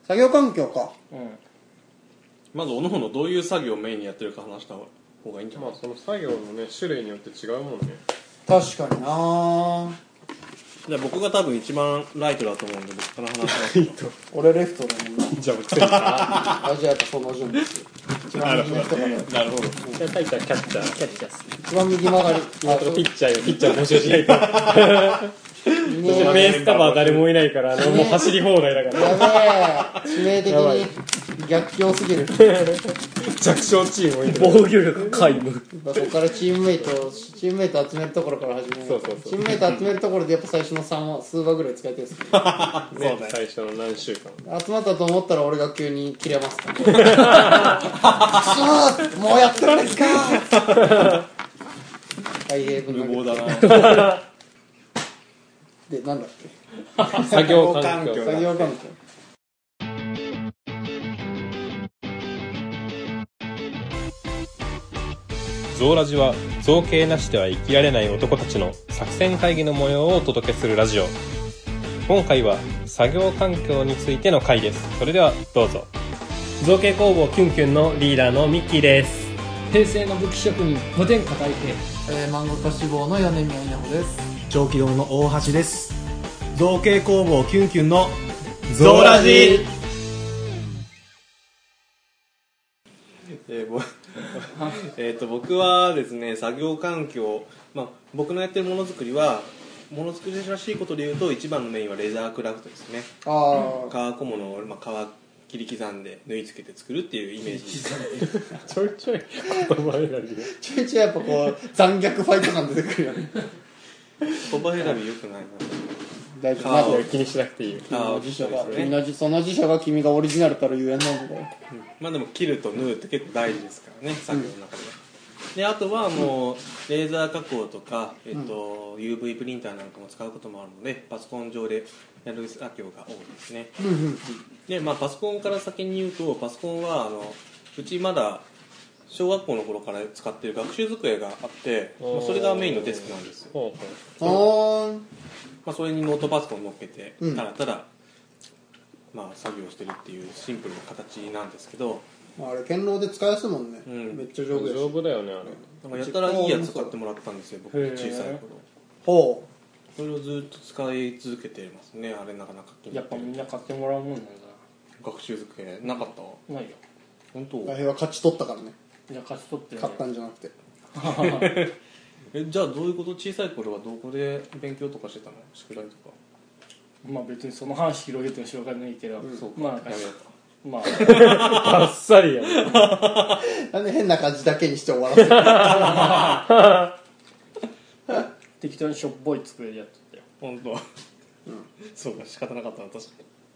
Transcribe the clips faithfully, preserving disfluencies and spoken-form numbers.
作業環境か、 うん、 まずおのおのどういう作業をメインにやってるか話した方がいいんじゃない？ まあその作業のね種類によって違うもんね。 確かにな。 じゃあ僕が多分一番ライトだと思うんで僕から話しますと俺レフトだもんな。 じゃあ僕センター。 あ、じゃあやっぱその順ですよ。一番右の人からなるほど。 じゃあタイターキャッチャー。 キャッチャーっすね。 一番右曲がり。 あとピッチャーよピッチャー募集しないと。そしてベースカバー誰もいないから、あのもう走り放題だから。 やべえ、致命的に逆境すぎる。 弱小チーム多いんだ防御力皆無。 そこからチームメイト、チームメイト集めるところから始める。 そうそうそうチームメイト集めるところでやっぱ最初のさん話、数話ぐらい使えてるんですけど。 ね、最初の何週間。 集まったと思ったら俺が急に切れますから。くそーもうやってられっすかー大平分無謀だな。 で、なんだっけ作業環境。 作業環境。 ゾウラジは造形なしでは生きられない男たちの作戦会議の模様をお届けするラジオ。今回は作業環境についての回です。それではどうぞ。 造形工房キュンキュンのリーダーのミッキーです。 平成の武器職人御殿下大平、 えー、漫画家志望の米宮稲穂です。 長期堂の大橋です。造形工房キュンキュンのゾウラジえー、ぼえーと僕はですね作業環境、まあ、僕のやってるものづくりはものづくりらしいことでいうと一番のメインはレザークラフトですね。 あ革小物を、まあ、革切り刻んで縫い付けて作るっていうイメージ。 ちょいちょい言葉選びでちょいちょいやっぱこう残虐ファイト感出てくるよね。 言葉選び良くないな。 大丈夫。 あーまず気にしなくていいよ。 君の辞書が、 そうですね君の辞その辞書が君がオリジナルたるゆえんなんだよ。 うんまあでも切ると縫うって結構大事ですからね作業の中では。であとはもうレーザー加工とか、えっと、ユーブイ プリンターなんかも使うこともあるのでパソコン上でやる作業が多いですね。で、まあ、パソコンから先に言うとパソコンはあのうちまだ小学校の頃から使っている学習机があって、まあ、それがメインのデスクなんですよ。 ほうほあーまあ、それにノートパソコンを乗っけてうんただただ、まあ、作業してるっていうシンプルな形なんですけど、 あれ堅牢で使いやすいもんね、 うんめっちゃ丈夫やし。 丈夫だよねあれ。 なんかやたらいいやつ買ってもらったんですよ僕へー小さい頃。 ほそれをずっと使い続けてますね。あれなかなか気に入やってぱみんな買ってもらうもんなんだ学習机なかったないよ。 本当う大平は勝ち取ったからね。 じゃあ勝ち取ってる、ね、 買ったんじゃなくて。 えじゃあどういうこと？小さい頃はどこで勉強とかしてたの？宿題とか。 まあ別にその話広げてもしょうがないけど、 そうかまあやめようか。 まああっさりやね。 なんで変な感じだけにして終わらせる。 適当にしょっぽい机でやってたよ。 本当。うん。そうか仕方なかったな確か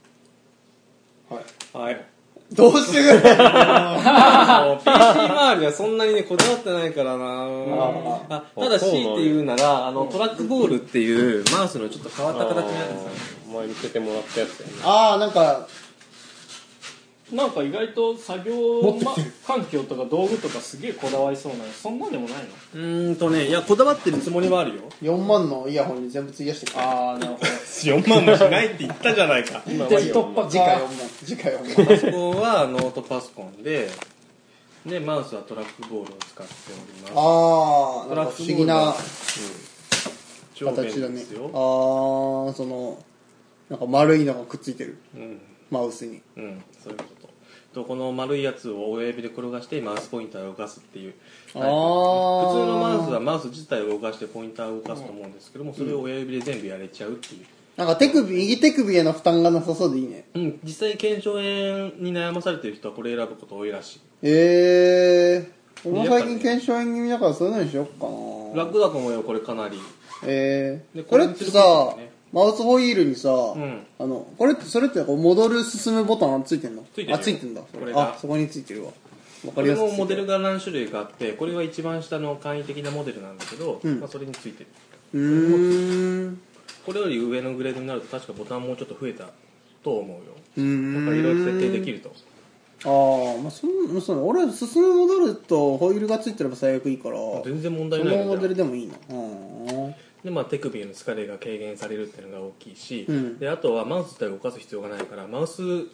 はい。 に。はい。 どうしてくれもう ピーシー 周りはそんなにねこだわってないからなあ。ただ C っていうならあのトラックボールっていうマウスのちょっと変わった形のやつ。 前見せてもらったやつだよね。 ああ、なんか、 なんか意外と作業、ま、環境とか道具とかすげえこだわりそうなの。そんなんでもないの？ うーんとねいやこだわってるつもりはあるよ。 よんまんのイヤホンに全部費やしてくれ。 ああなるほど。 よんまんもしないって言ったじゃないか。 今は突破時価か。 よんまん。時価よんまん。 パソコンはノートパソコンででマウスはトラックボールを使っております。 ああ、なんか不思議な超便形だね。 利ですよ。 ああ、その、なんか丸いのがくっついてる。 うんマウスに。 うんそういうこととこの丸いやつを親指で転がしてマウスポインターを動かすっていう。 ああ。 普通のマウスはマウス自体を動かしてポインターを動かすと思うんですけどもそれを親指で全部やれちゃうっていう。 なんか手首、右手首への負担がなさそうでいいね。 うん実際腱鞘炎に悩まされてる人はこれ選ぶこと多いらしい。 ええー。俺も最近腱鞘炎気味だからそういうのにしよっかな。 楽だと思うよこれかなり。 ええー。 でこれってさ、 これねマウスホイールにさ、 んあの、これって、それってこう戻る進むボタンついてんの？ ついてるよあ、ついてんだ。 これがあ、そこについてるわ。わかこれりやすく。 もモデルが何種類かあってこれは一番下の簡易的なモデルなんだけど、 うんまあ、それについてる。 うーん。 これより上のグレードになると確かボタンもうちょっと増えたと思うよ。 うーん。 だからいろいろ設定できると。 ああ、まあそんそうね。俺、進む戻るとホイールがついてれば最悪いいから、 全然問そ題ないのモデルので。 でもいいな。うん。 でまあ、手首の疲れが軽減されるっていうのが大きいし、 うんであとはマウス自体を動かす必要がないからマウス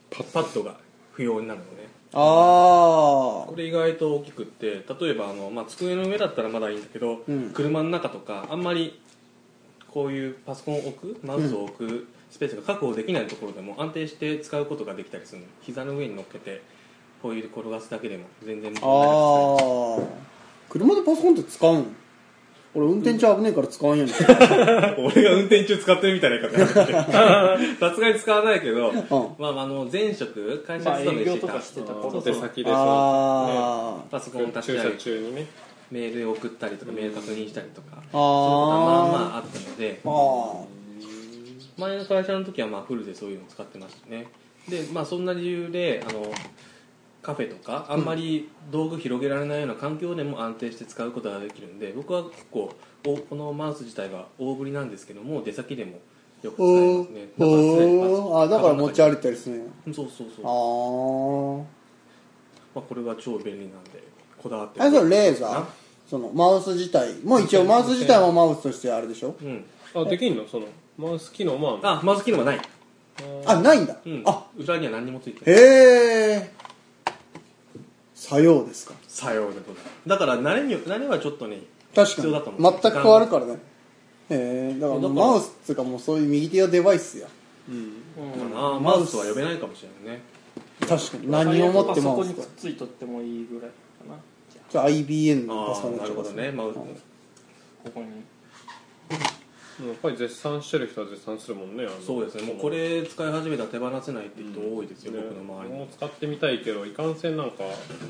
パッドが不要になるのね。 あこれ意外と大きくって、例えばあの、まあ、机の上だったらまだいいんだけど、 うん、 車の中とかあんまりこういうパソコンを置くマウスを置くスペースが確保できないところでも安定して使うことができたりするの。膝の上に乗っけてこういう転がすだけでも全然問題なく使える。 ああ、車でパソコンって使うの？俺運転中危ねえから使わんように俺が運転中使ってるみたいな言い方やめてさすがに使わないけど、 うん、 まあ、あの前職会社勤めしてた、 まあ、営業とかしてた頃手先であね、 パソコン立ち上げ駐車中にねメール送ったりとかメール確認したりとか、 あそういうことはまあまああったので、 あ前の会社の時はまあフルでそういうのを使ってましたね。で、まあ、そんな理由であのカフェとかあんまり道具広げられないような環境でも安定して使うことができるんで、僕は結構おこのマウス自体は大ぶりなんですけども出先でもよく使えますね。だから常にパソコンあ、だから持ち歩いたりするね。 そうそうそう。 あまあ、これは超便利なんでこだわってあ。あれそれレーザー？そのマウス自体もう一応マウス自体もマウスとしてあれでしょ？ うん。 あ、できんのそのマウス機能もあるの？ あ、マウス機能はない。 あ、ないんだ。 うん。 あ、 裏には何にもついてない。 へえ。作用ですか？ 作用でございます。だから慣れに慣れはちょっとね確かに必要だと思う。 全く変わるからね。へえ。だからだからマウスっていうかもうそういう右手用デバイスや。 かな、マウスは呼べないかもしれないね。 確かに何をもってマウスかパソコンにくっ。ついとってもいいぐらいかな。 じゃあ アイビーエム のああ、 パソコンなるほどね、マウス。 ここにやっぱり絶賛してる人は絶賛するもんね。あのそうですね、もうこれ使い始めたら手放せないって人多いですよ、 ね僕の周りに。 もう使ってみたいけどいかんせんなんか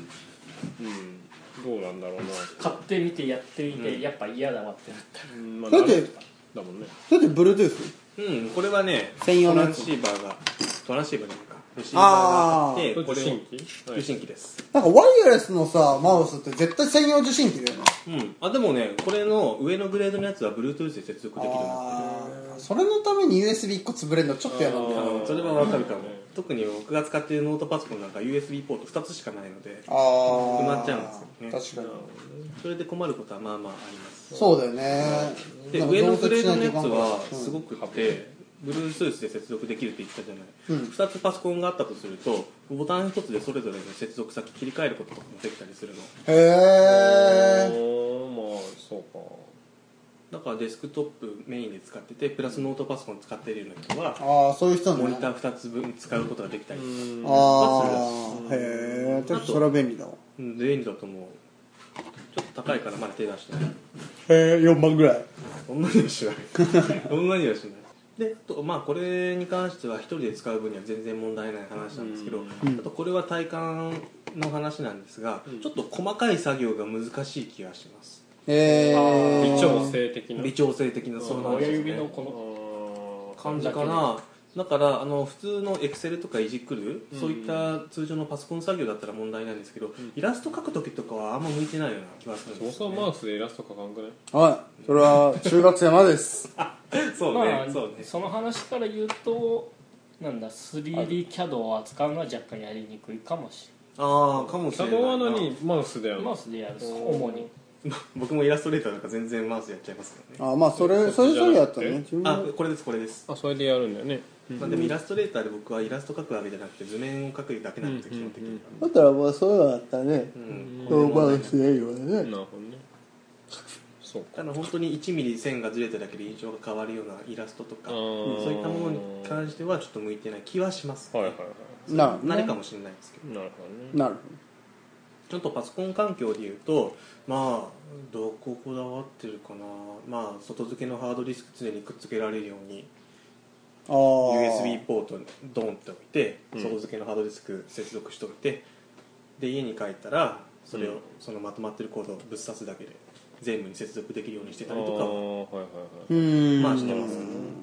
うんどうなんだろうな。 買ってみてやってみて、 うんやっぱ嫌だわってなったら、 うんまあだって慣れだもんね。 だって Bluetooth？ うん、これはね、 専用トランのやつシーバーが、トランシーバーじゃないか、レシーバーがあって、 これこれを受信機？はい受信機です。 なんかワイヤレスのさマウスって絶対専用受信機だよね。 うん、あでもね、これの上のグレードのやつは Bluetooth で接続できるようになってる。 あーそれのために ユーエスビーいっこ潰れるのちょっと嫌なんだよ。 うんそれはわかるかも。特に僕が使っているノートパソコンなんか ユーエスビー ポートふたつしかないのでああ。 埋まっちゃうんですよね。 確かに。 それで困ることはまあまああります。 そうだよね。 でなんか上のグレードのやつ増設しないといかんからはすごくって、Bluetooth で接続できるって言ったじゃない、 うんふたつパソコンがあったとするとボタンひとつでそれぞれの接続先切り替えることとかもできたりするの。 へえ。 おーまあそうか。 だからデスクトップメインで使っててプラスノートパソコン使っているような人はああ、そういう人ね。 モニターふたつぶん使うことができたりする。 ああ、へえ。ちょっとそれは便利だわ。 うん便利だと思う。ちょっと高いからまだ手出してない。 へえ、よんまんぐらい。 そんなにはしないそんなにはしないで、あとまあこれに関しては一人で使う分には全然問題ない話なんですけど、 んあとこれは体感の話なんですが、ちょっと細かい作業が難しい気がします。 へえ。 微調整的な微調整的なそうなんですよ親指のねこの感じかな。だからあの普通のエクセルとかいじくる、そういった通常のパソコン作業だったら問題ないんですけど、イラスト描く時とかはあんま向いてないような気がするんそもですよ、ね、 そもマウスでイラスト描かんくない？ はい。それは中学生までです。 そうね、 まあそうねその話から言うとなんだ スリーディー キャド を扱うのは若干やりにくいかもしああかもしれないな。 作動は何マウスでやるの？ れないマウスでやる主に僕もイラストレーターなんか全然マウスやっちゃいますからね。 あまあ、それ、それぞれやったらね。自分あもこれですこれです、 あそれでやるんだよね。 まあ、でもイラストレーターで僕はイラスト描くわけじゃなくて図面を描くだけなんですよ、基本的には。 だったら、まあ、そういうのだったらね。 うんそう、マウスでいいわね。 なるほどね。そうか。 ただ本当にいちミリ線がずれただけで印象が変わるようなイラストとかあーそういったものに関してはちょっと向いてない気はします、 はいはいはい。 なるほどね。 慣れかもしれないですけど、 なるほどね。 なるちょっとパソコン環境でいうとまあどここだわってるかな。まあ外付けのハードディスク常にくっつけられるようにほど。ああ。 ユーエスビー ポートにドンって置いて、 うん外付けのハードディスク接続しておいて、で家に帰ったらそれを、 うんそのまとまってるコードをぶっ刺すだけで全部に接続できるようにしてたあーりとかははいはいはい。 うーん。 まあしてます。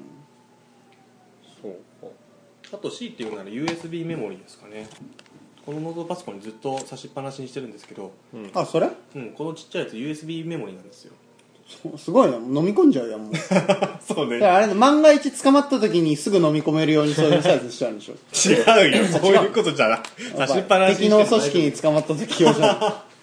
そうか。 あと C っていうなら ユーエスビー メモリーですかね。このノートパソコンにずっと差しっぱなしにしてるんですけど、 あ、それうん、このちっちゃいやつ ユーエスビー メモリーなんですよ。 すすごいな。飲み込んじゃうやん、もう。 そうだからあれ、万が一捕まった時にすぐ飲み込めるようにそういうサイズしちゃうんでしょ。 違うよ、そういうことじゃない。差しっぱなしにして敵の組織に捕まった時用じゃん。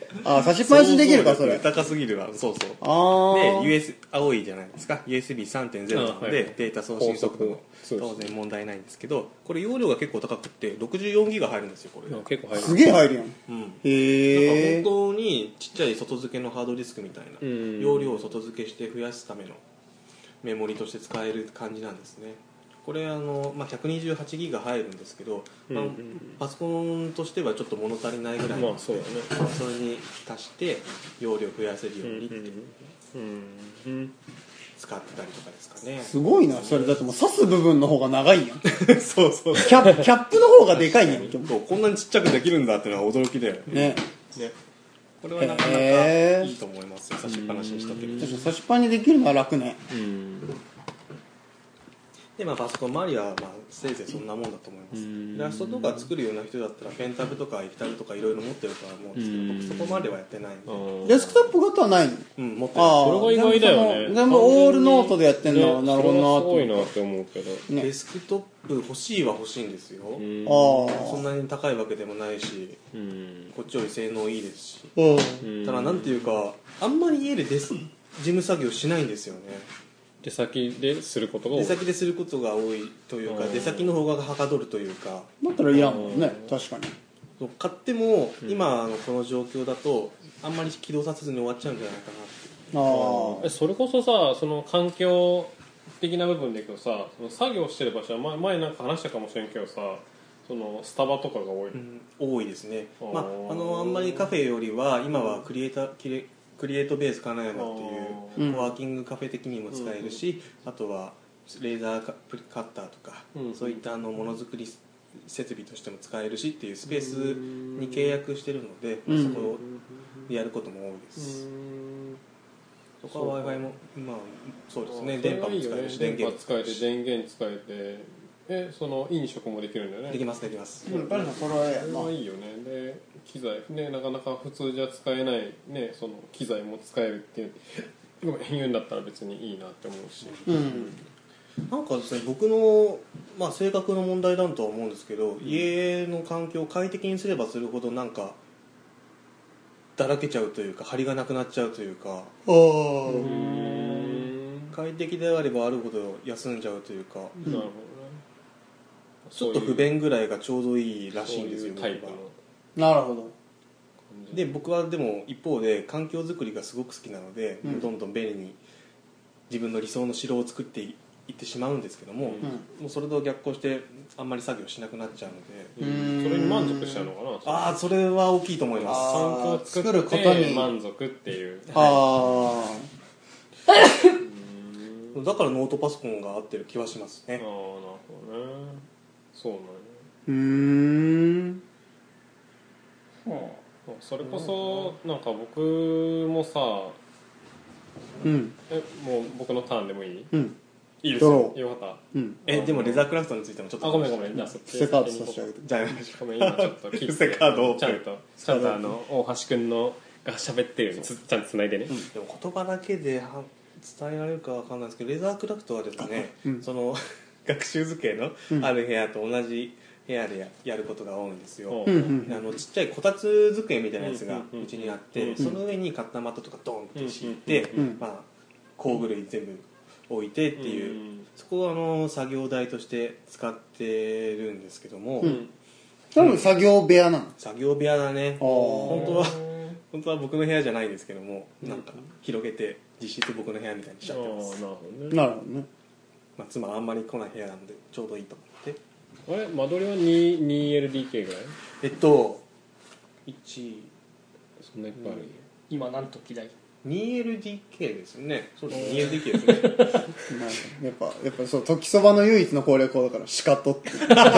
あ、差しっぱなしにできるか、それ。 豊かすぎるわ。そうそう。 あで、 ー。 ユーエス、青いじゃないですか。ユーエスビーさんてんゼロ なので、 あはいデータ送信速度も当然問題ないんですけど、これ容量が結構高くて、ろくじゅうよんギガ入るんですよ、これ。 あ結構入るすげえ入るやん。 うん。 へー。 なんか本当にちっちゃい外付けのハードディスクみたいな、 うん容量を外付けして増やすためのメモリとして使える感じなんですね。これあの、まあ、ひゃくにじゅうはちギガ入るんですけど、まあうんうんパソコンとしてはちょっと物足りないぐらいなので、 まあそうだねそれに足して容量増やせるようにってうんうん使ってたりとかですかね。 すごいな、それ。だってもう刺す部分の方が長いやん。キそうそうャップ、キャップの方がでかいやん。 そうこんなにちっちゃくできるんだっていうのは驚きだよね。 ね。 ねこれはなかなかへーいいと思いますよ、差しっぱなしにしとけると。 確かに差しっぱにできるのは楽ね。 うんでまあ、パソコン周りはまあせいぜいそんなもんだと思います。イラストとか作るような人だったらペンタブとかエキタブとかいろいろ持ってるとは思うんですけど、僕そこまではやってないんで、 デスクトップ型はないの？ うん、持ってる。 ああ、 それが意外だよね全部その全部オールノートでやってんの、なるほどなそれはすごいとなって思うけどね。 デスクトップ欲しいは欲しいんですよ。 うんあそんなに高いわけでもないし、 うんこっちより性能いいですし、 あ。うん。 ただなんていうかあんまり家でデス事務作業しないんですよね。 出先ですることが多い出先ですることが多いというか、 うん出先の方がはかどるというか、 だったらいらんもんね、確かに。 そう買っても今のこの状況だとあんまり起動させずに終わっちゃうんじゃないかなって。 あえそれこそさその環境的な部分でいくとさその作業してる場所は前前なんか話したかもしれんけどさそのスタバとかが多い、 うん多いですね、まあ、 あーあのあんまりカフェよりは今はクリエイターキレクリエイトベース金山っていううんコワーキングカフェ的にも使えるし、あとはレーザーカカッターとか、 うんそういったあのものづくり設備としても使えるしっていうスペースに契約してるので、 うんそこでやることも多いです、そこは Wi-Fi もまあそうですね、電波も使えるし電電源波使えて電源使えてえその飲食もできるんだよねできますできます、 あ。うん、パンさんそれはやそれな。 はいいよねで機材ねなかなか普通じゃ使えないねその機材も使えるっていうごめん言うんだったら別にいいなって思うしうん。 なんかですね、僕の、まあ、性格の問題だとは思うんですけど、家の環境を快適にすればするほどなんかだらけちゃうというか張りがなくなっちゃうというか、 あうん快適であればあるほど休んじゃうというか、 なるほどねちょっと不便ぐらいがちょうどいいらしいんですよ、 そういうタイプの僕はあ。なるほど。 で僕はでも一方で環境づくりがすごく好きなので、 うんどんどん便利に自分の理想の城を作っていってしまうんですけども、もうそれと逆行してあんまり作業しなくなっちゃうので、 うんそれに満足しちゃうのかなああそれは大きいと思います。 あ環境を作作るってことに満足っていうあだからノートパソコンが合ってる気はしますね。 ああなるほどねそうなんやー。うーん。 それこそなんか僕もさうん。 えもう僕のターンでもいいうん。 いいですどうよよかっうん。 えでもレザークラフトについてもちょっとたあごめんごめんじゃあそっちステカードさせてあげて。 じゃあやめましょごめん今ちょっと切ってステカードをちゃんとちゃんとあの大橋くんのが喋ってるようにつちゃんとつないでねうでも言葉だけでは伝えられるかわかんないですけどレザークラフトはですね、 うんその学習机のうんある部屋と同じ部屋でややることが多いんですよ、 うんうんであのちっちゃいこたつ机みたいなやつがうんうんうんうちにあって、 うんその上にカッターマットとかドンって敷いて、 うんうんまあ、工具類全部置いてっていう、 うんそこをあの作業台として使ってるんですけども、 うん多分作業部屋なの。 作業部屋だねあー本当は本当は僕の部屋じゃないんですけども、なんか広げて実質僕の部屋みたいにしちゃってます、 ああなるほどねなるほどね。 まあ、妻はあんまり来ない部屋なのでちょうどいいと思ってあれ間取りは に にエルディーケー ぐらいえっといちそんないっぱいある今なんときだいにエルディーケー ですねそうです にエルディーケー ですねなんかやっぱ、やっぱそう、時そばの唯一の攻略法だから、シカトって。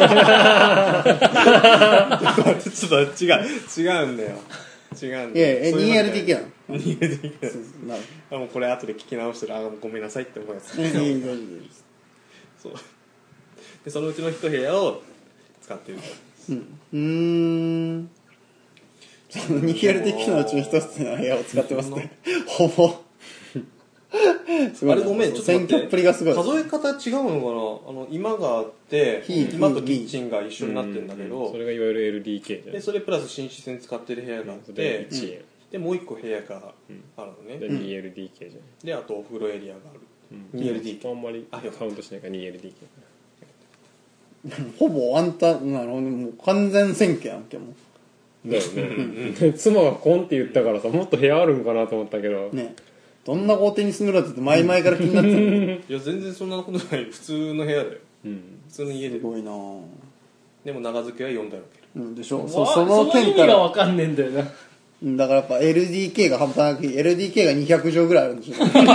ちょっと違う違うんだよ違うんだよいやいや、 そういうにエルわけディーケー なの。 にエルディーケーそうそうなるあもうこれ後で聞き直したらあごめんなさいって思うやつほど。いいいいいいいいそうでそのうちの一部屋を使ってるうん。うーん。その にエルディーケー のうちの一つの部屋を使ってますね。ほぼ。すごいな。 あれごめんちょっと待って選挙っぷりがすごい。 数え方違うのかなあの今があってひ今とキッチンが一緒になってるんだけどそれがいわゆる エルディーケー じゃんでそれプラス寝室に使ってる部屋があっでていちでもう一個部屋があるのね、 で にエルディーケー じゃん、 であとお風呂エリアがある、 うん、 にエルディーケーあんまりカウントしないから にエルディーケーほぼあんたなるほどね、もう完全選挙やんけもだよねで妻がコンって言ったからさ、もっと部屋あるんかなと思ったけど、 うね。どんな豪邸に住むのって前々から気になってたのにいや全然そんなことない普通の部屋だよ、 うん普通の家ですごいなぁ。 でも長付けはよんだい置ける。 うんでしょ。 そそそのその意味点からが分かんねえんだよな。 うんだからやっぱ エルディーケー が半端なく エルディーケー がにひゃくじょうぐらいあるんでしょ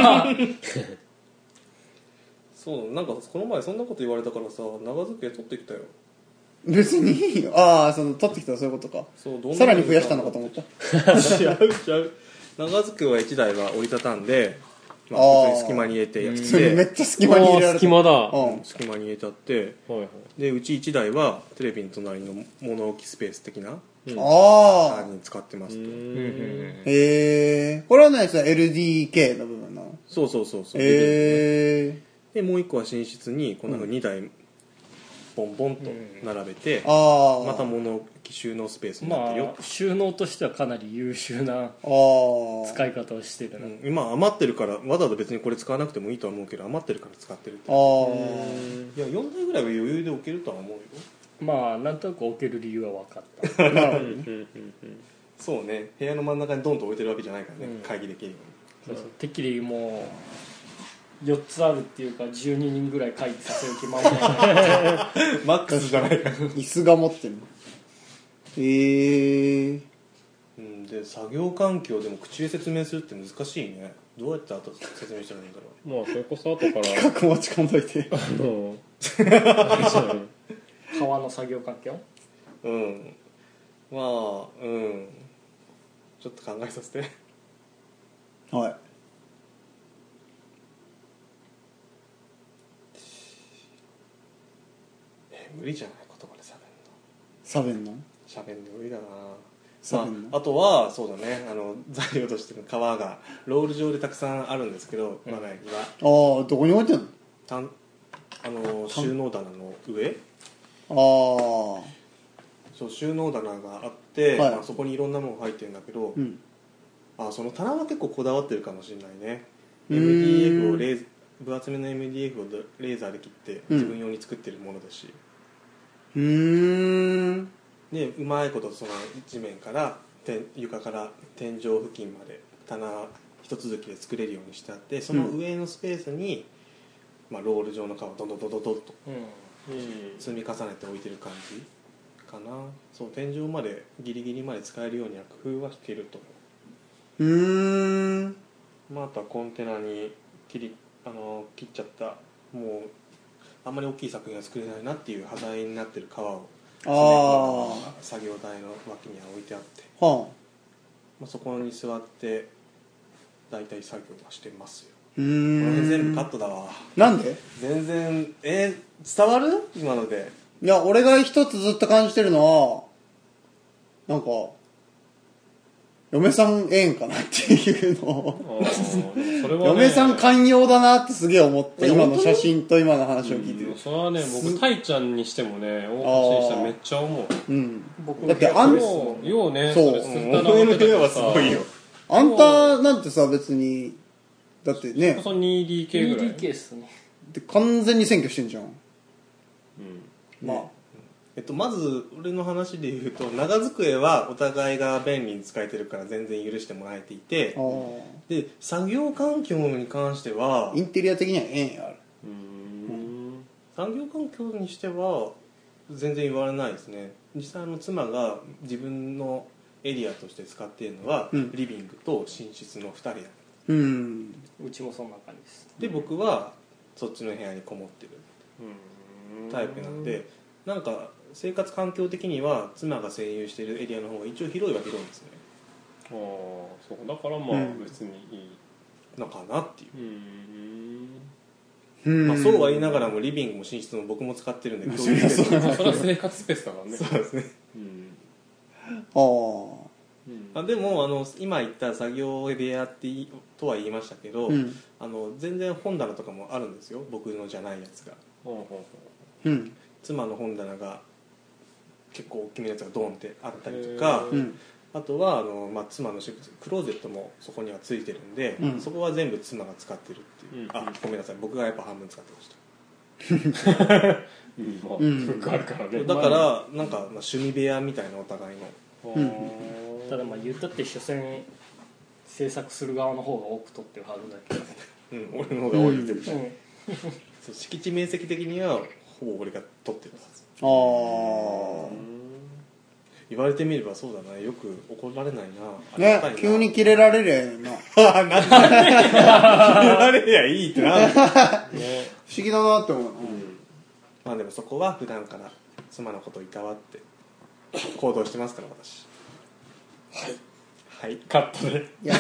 そうなんかこの前そんなこと言われたからさ長付け取ってきたよ。 別にいいよ。ああ、その取ってきたらそういうことか。 そうどんなさらに増やしたのかと思った。 違う違う長付けはいちだいは折りたたんで、まあ、 あー普通に隙間に入れてやってそれめっちゃ隙間に入れられた。 隙間だ、 うん。 隙間に入れちゃってはいはい、 でうちいちだいはテレビの隣の物置スペース的なああ。 感じに使ってますと。 へえ。これは何ですか エルディーケー の部分なの？ そうそうそうそう、 へえ。 でもう一個は寝室にこうなんかにだいボンボンと並べて、 ああ。 また物置収納スペースになってるよ、 まあ収納としてはかなり優秀なああ。 使い方をしてるな、 うん、今余ってるからわざわざ別にこれ使わなくてもいいとは思うけど余ってるから使ってるってあいやよんだいぐらいは余裕で置けるとは思うよ。 まあなんとなく置ける理由は分かったあ。なるほどね。 そうね部屋の真ん中にドンと置いてるわけじゃないからね、 うん会議できるようにそうそうてっきりもうよっつあるっていうかじゅうににんぐらい会議させる気満々 マックスじゃないか椅子が持ってる。へえ。 うんで作業環境でも口で説明するって難しいね。どうやって後で説明したらいいんだろまあそれこそ後から企画持ち込んどいて。 あのあれじゃない川の作業環境う。うんまあうんちょっと考えさせてはい。 え無理じゃない言葉で喋るのサベンの喋るの無理だな。 サベンのまあ、あとはそうだねあの材料としての皮がロール状でたくさんあるんですけど、我が家にはああ、どこに置いてんのたんあの収納棚の上ああ。 そう収納棚があって、 はいまあ、そこにいろんなものが入ってるんだけど、 うん。 あその棚は結構こだわってるかもしれないね。 うーんエムディーエフ をレーズ分厚めの エムディーエフ をレーザーで切ってうん自分用に作ってるものだし、 うーん。 でうまいことその地面から天床から天井付近まで棚一続きで作れるようにしてあって、その上のスペースに、まあ、ロール状の皮をドドドドドッと積み重ねて置いてる感じかな。そう天井までギリギリまで使えるようには工夫はしていると思うーん。 う。まあ、あとはコンテナに切りあの切っちゃったもうあんまり大きい作品が作れないなっていう端材になってる皮をあ作業台の脇には置いてあって、 あ。はあ。 まあ、そこに座って大体作業はしてますよ。 うこの辺全ーん。 部カットだわ。 なんで全然えー、伝わる今ので。 いや、俺が一つずっと感じてるのは、なんか、嫁さんええんかなっていうのを、 あーそれはね嫁さん寛容だなってすげえ思って、 え今の本当に写真と今の話を聞いてるうん。それはね僕タイちゃんにしてもね大橋にしてもめっちゃ思う。 うん。 僕だってあんようようねそうれすうんったらお前の部屋はすごいよ。 あんたなんてさ、別に、だってね、 その にディーケー ぐらいにディーケー っすね。 で完全に占拠してんじゃん。 うんまあ。 えっと、まず俺の話で言うと長机はお互いが便利に使えてるから全然許してもらえていて、 あーで作業環境に関してはインテリア的にはええんやある。 うん作業環境にしては全然言われないですね。実際あの妻が自分のエリアとして使っているのは、 うんリビングと寝室のふたりだ。 うん。 うちもそんな感じです。 で僕はそっちの部屋にこもってるタイプなんで、なんか生活環境的には妻が占有しているエリアの方が一応広いは広いんですね。 ああそうだからまあうん別にいいのかなっていう、 うんうん。 まあ、そうは言いながらもリビングも寝室も僕も使ってるんで共有してる。 まあそれは生活スペースだからねそうですね。 うんああ。 あでもあの今言った作業部屋っていとは言いましたけど、 うん。 あの全然本棚とかもあるんですよ、僕のじゃないやつが。 ほうほうほうん。 妻の本棚が結構大きめのやつがドーンってあったりとか、 うん。 あとはあの、まあ、妻の私物クローゼットもそこにはついてるんで、 うんそこは全部妻が使ってるっていう、 うんあごめんなさい僕がやっぱ半分使ってましたうんまあうん文化あるからねだからなんか、まあ、趣味部屋みたいなお互いのうんただまあ言ったって所詮制作する側の方が多く取ってるはずだけど、 うん、俺の方が多い絶対、 うんそう敷地面積的にはほぼ俺が取ってるはずああ言われてみればそうだなよく怒られないなありねがたいな急にキレられりゃいいなあなんで言われりゃいいってなんだね不思議だなって思う、 まあでもそこは普段から妻のことをいたわって行動してますから私はいはいカットでいや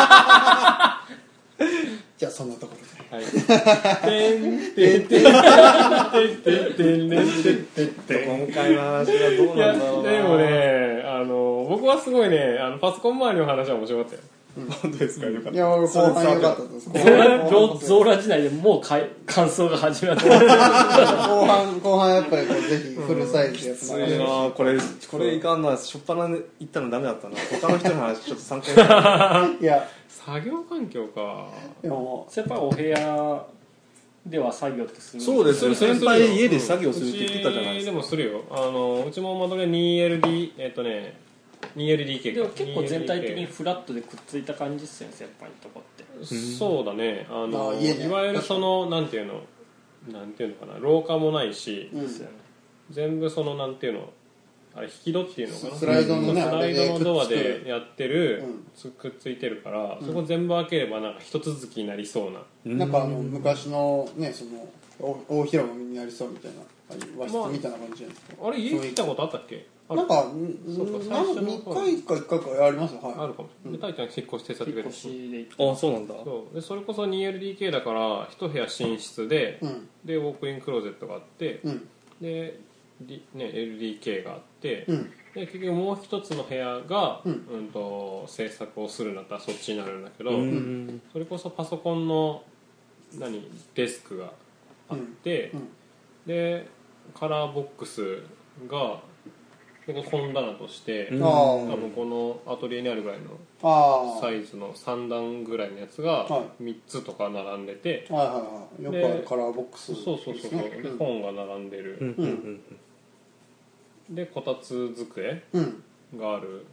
じゃあそんなところではいてんてんてんてんてんてんてんてんてん今回の話はどういやなんだろうなでもねあの僕はすごいねあのパソコン周りの話は面白かったよ本当ですかよかったいや俺後半良かったです後ゾーラ半ゾゾーラ時代でもうかい感想が始まってる後半後半やっぱりこうぜひフルサイズでやつきついなこれこれいかんなしょっぱなで言ったのダメだったな他の人の話ちょっと参考にいや作業環境かでもやっぱりお部屋では作業ってするそうですよそれ先輩家で作業するって言ってたじゃないですかうちでもするよあのうちも間取り にエルディー えっとね にエルディーケーでも結構全体的ににエルディーケーフラットでくっついた感じっすよね先輩のとこってそうだねあのあ家ねいわゆるそのなんていうのなんていうのかな廊下もないし、 うんですよね全部そのなんていうのあれ引き戸っていうのかなスライドのねスライドのドアあれでくっつくでやってる、 うんつくっついてるから、そこ全部開ければなんか一続きになりそうななんかあの昔のねその大大広間になりそうみたいなああいう和室みたいな感じじゃないですか、 あれ家来たことあったっけあなんかそうかん最初のにかいかいっかいかありますよはいあるかもしれない、でタイちゃん引っ越し手伝ってくれ引っる越しで行ってあそうなんだそうでそれこそ にエルディーケー だから一部屋寝室で、 うんでウォークインクローゼットがあって、 うんで、D ね、エルディーケー があって、 うんで結局もう一つの部屋が、 ううんんと制作をするんだったらそっちになるんだけど、 うんそれこそパソコンの何デスクがあって、 うんうんでカラーボックスがで本棚として、 うんあ多分このアトリエにあるぐらいのああサイズのさん段ぐらいのやつがはみっつとか並んでて、 はいはいはいよくあるカラーボックスそうそうそうそう、 ですねで本が並んでる、 うんうんでこたつ机うんがある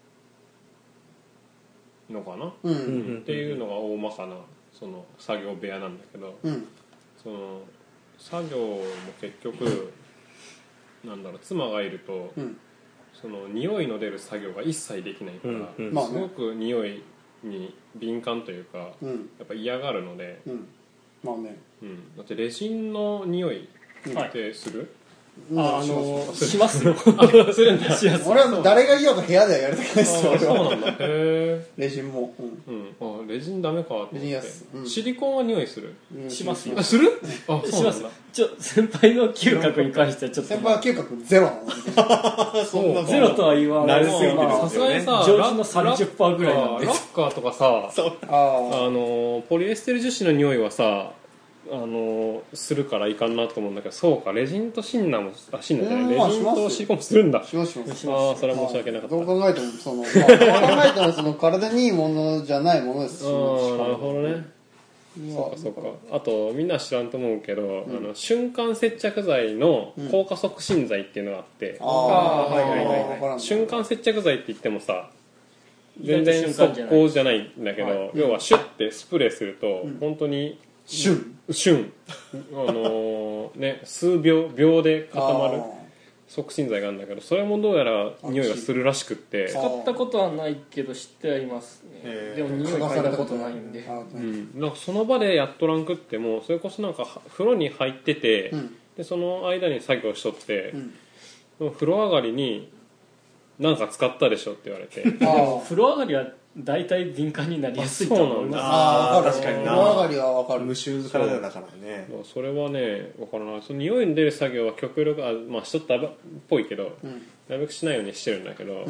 のかな、 うんううんんっていうのが大まかなその作業部屋なんだけど、 うんその作業も結局なんだろう妻がいると、 うんその匂いの出る作業が一切できないから、 うんうんまあねすごく匂いに敏感というか、 うんやっぱ嫌がるので、 うんまあねうん、だってレジンの匂いってする、 ああのしますよするんだします俺は誰がいようと部屋ではやりたくないですよあ俺はそうなんだへえレジンもうんうん、あレジンダメかと思ってレジン安うんシリコンは匂いするうんしますよあするあしますちょ先輩の嗅覚に関してはちょっと先輩は嗅覚ゼロなのそんなゼロとは言わない慣れすぎてるまあさすがにさ常識のさんじゅっパーセントぐらいなんでラッカーとかさああのポリエステル樹脂の匂いはさあのするからいかんなと思うんだけどそうかレジンとシンナーもあシンナーじゃうんないレジンまあしますよとシリコンもするんだあしますしますああそれは申し訳なかったどう考えてもその、まあ、どう考えてもその体にいいものじゃないものですしああなるほどねまそうかそうかあとみんな知らんと思うけど、 んあの瞬間接着剤の硬化促進剤っていうのがあって、 ああはいはいはいはいわからん瞬間接着剤って言ってもさ全意外然と瞬間じゃない速攻じゃないんだけど、 はい要はシュッてスプレーすると、本当に旬瞬あのーね数秒秒で固まる促進剤があるんだけどそれもどうやら匂いがするらしくって使ったことはないけど知ってはいますねへーでも匂い嗅いだことないんであーうん、なんかその場でやっとらんくってもそれこそなんかは風呂に入ってて、 うんでその間に作業しとって、 うんでも風呂上がりに「なんか使ったでしょ」って言われてでも風呂上がりは大体敏感になりやすいと思いますあーわかる確かにな風呂上がりはわかる無臭体だからねそれはね分からないその匂いに出る作業は極力あまあしとったっぽいけど、 うんなるべくしないようにしてるんだけど、 んあの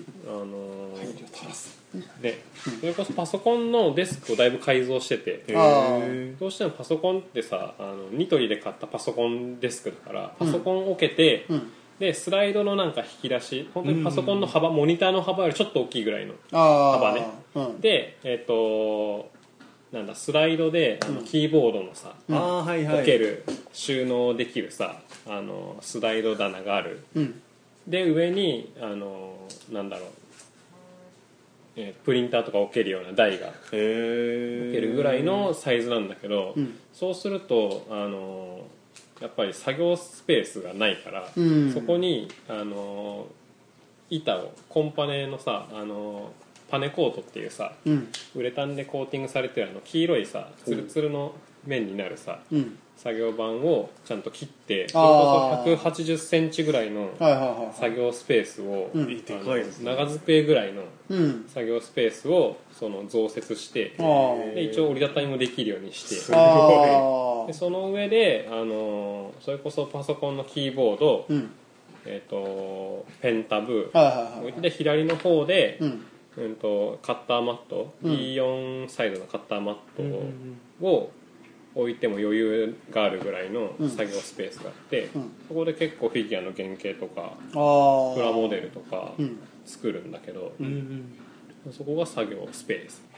ーでそれこそパソコンのデスクをだいぶ改造してて、 あどうしてもパソコンってさあのニトリで買ったパソコンデスクだからパソコンを置けて、 うんでスライドのなんか引き出し本当にパソコンの幅、モニターの幅よりちょっと大きいぐらいのあ幅ね、 うん、 でえっ、となんだスライドであのキーボードのさ、 ああはいはい置ける収納できるさあのスライド棚がある、 うん、 で上にあのなんだろう、えープリンターとか置けるような台がへえ置けるぐらいのサイズなんだけど、 うんそうするとあのやっぱり作業スペースがないから、 うんそこにあの板をコンパネのさあのパネコートっていうさうんウレタンでコーティングされてるあの黄色いさツルツルの面になるさ、 うん作業板をちゃんと切ってそれあーこそひゃくはちじゅっセンチぐらいのはいはいはい作業スペースを、 うんあのでかいですね長机ぐらいのうん作業スペースをその増設してあーで一応折りたたみもできるようにしてあでその上で、あのそれこそパソコンのキーボード、 うんえー、とペンタブはいはいはいで左の方で、 うんうん、とカッターマット、 うんビーよん サイズのカッターマットを置いても余裕があるぐらいの作業スペースがあって、 うんそこで結構フィギュアの原型とかああプラモデルとかうん作るんだけど、 うんそこが作業スペース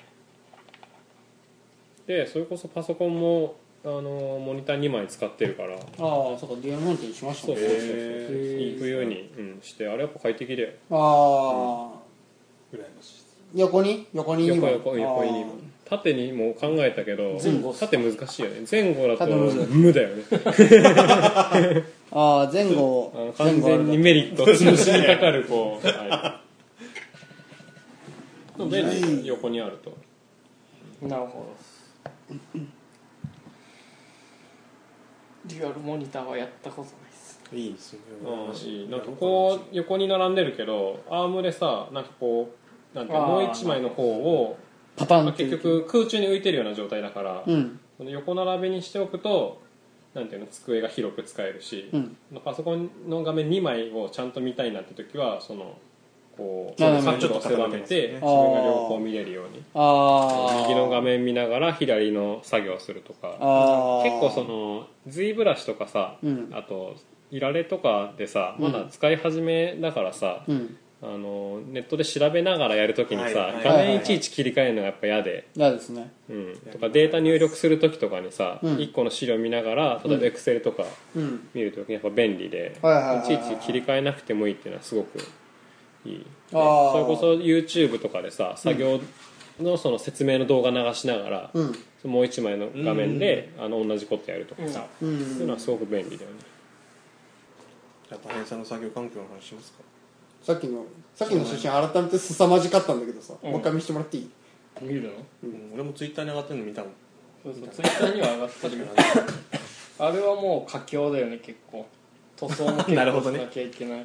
でそれこそパソコンもあのモニターにまい使ってるからああそうかデュアルモニターにしましたねそうそうそうそうへーいい冬に、うん、してあれやっぱ快適だよああ羨ましい横に横に横横横にも縦にも考えたけど前後縦難しいよね前後だと縦むずい無だよねああ前後あの完全にメリット潰しにかかるこう、はいので横にあるとなるほどデュアルモニターはやったことないですいいですねああいいなんかこう横に並んでるけどアームでさなんかこうなんていうのあーもう一枚の方をパターンって結局空中に浮いてるような状態だから、 うんその横並べにしておくとなんていうの机が広く使えるし、 うんパソコンの画面にまいをちゃんと見たいなって時はそのこう斜め角度を狭めてち自ょっと分が両方見れるようにああ右の画面見ながら左の作業をするとかああ結構その Z ブラシとかさ、 うんあといられとかでさまだ使い始めだからさ、 うんあのネットで調べながらやるときにさ、 はいはい画面いちいち切り替えるのがやっぱ嫌で、 嫌ですねうん、とかデータ入力するときとかにさ、 うんいっこの資料見ながら例えば Excel とかうん見るときにやっぱ便利で、 はいはいはいはいいちいち切り替えなくてもいいっていうのはすごくいい。 あーそれこそ YouTube とかでさ作業のその説明の動画流しながら、 うんもう一枚の画面で、あの同じことやるとかさ、 うそういうのんはすごく便利だよね。 じゃあ大変さんの作業環境の話しますかさっきのさっきの写真改めて凄まじかったんだけどさ、 うんもう一回見せてもらっていい見るのうん俺もツイッターに上がってるの見たもんそうそうツイッターには上がってるよあれはもう佳境だよね結構塗装も結構しなるほどねなきゃいけない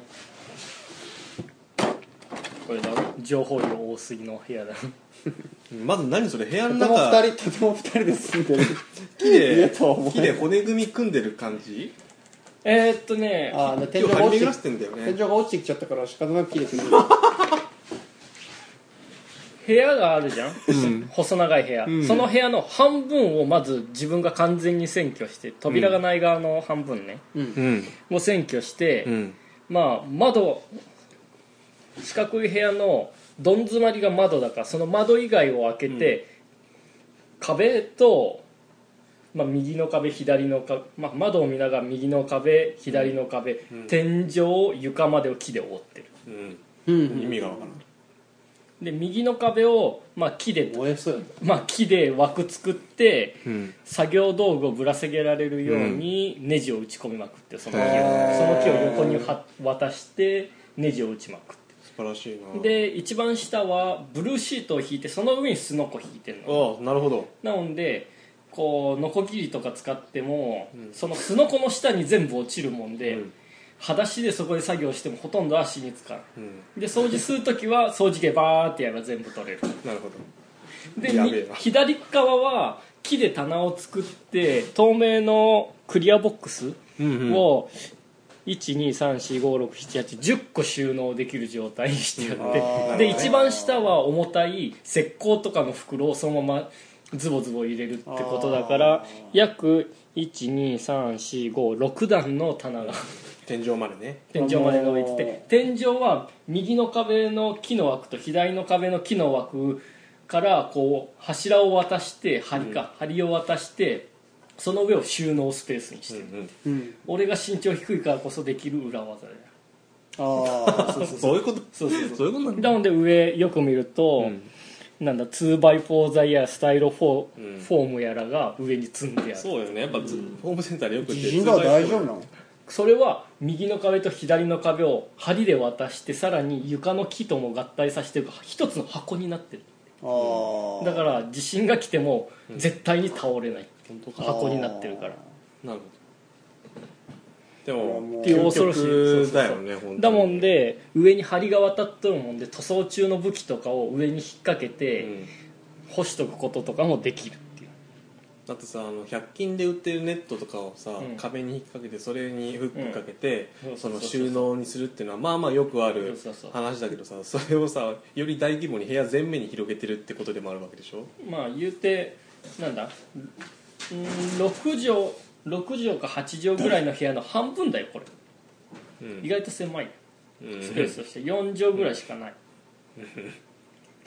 これだ情報量多すぎの部屋だまず何それ部屋のとても中二人とても二人で住んでる木で家とは思え木で骨組み組んでる感じえーっとねああで天井今日張り巡らが落ちてせてんだよね天井が落ちてきちゃったから仕方なく切れてる部屋があるじゃん、細長い部屋、 んその部屋の半分をまず自分が完全に占拠して扉がない側の半分ね、 うんを占拠して、 うんまあ窓四角い部屋のどん詰まりが窓だからその窓以外を開けて、壁と、まあ、右の壁左の壁、まあ、窓を見ながら右の壁左の壁、天井床までを木で覆ってるうんうん意味がわからないで右の壁を、まあ、木で、 燃えそうやまあ、木で枠作ってうん作業道具をぶら下げられるようにネジを打ち込みまくってその木をへーその木を横には渡してネジを打ちまくって素晴らしいなで一番下はブルーシートを引いてその上にスノコ引いてるのああなるほどなのでこうノコギリとか使っても、そのスノコの下に全部落ちるもんで、 うん裸足でそこで作業してもほとんど足につかうんんで掃除するときは掃除機でバーってやれば全部取れるなるほどでやべえな左側は木で棚を作って透明のクリアボックスうんをいちにさんしごろくしちはちじゅっこ収納できる状態にしてあって、 うんで一番下は重たい石膏とかの袋をそのままズボズボ入れるってことだから約いちにさんしごろく段の棚が天井までね。 天井まで伸びてて、天井は右の壁の木の枠と左の壁の木の枠からこう柱を渡して梁か、うん、梁を渡してその上を収納スペースにしてる、うんうん、俺が身長低いからこそできる裏技だよ。 ああそうそうそういうことそうそうそうそういうことなんだ。 なので上よく見ると、うん、なんだ ツーバイフォー ザイヤースタイロフォー、うん、フォームやらが上に積んである。 そうよね、やっぱ、うん、ホームセンターでよく地震が大丈夫なの？ それは右の壁と左の壁を梁で渡してさらに床の木とも合体させてる一つの箱になってる。あだから地震が来ても絶対に倒れない、うん、箱になってるから。 なるほど。でもっていう恐ろしい究極だよね。本当にだもんで上に梁が渡っとるもんで塗装中の武器とかを上に引っ掛けて、うん、干しとくこととかもできるっていう。 だってさあのひゃく均で売ってるネットとかをさ、うん、壁に引っ掛けてそれにフックかけて、うん、その収納にするっていうのはまあまあよくある話だけどさ、それをさより大規模に部屋全面に広げてるってことでもあるわけでしょ。 まあ言うてなんだうんろくじょうろくじょうかはちじょうぐらいの部屋の半分だよこれ、うん、意外と狭いスペースとしてよんじょうぐらいしかない、うん、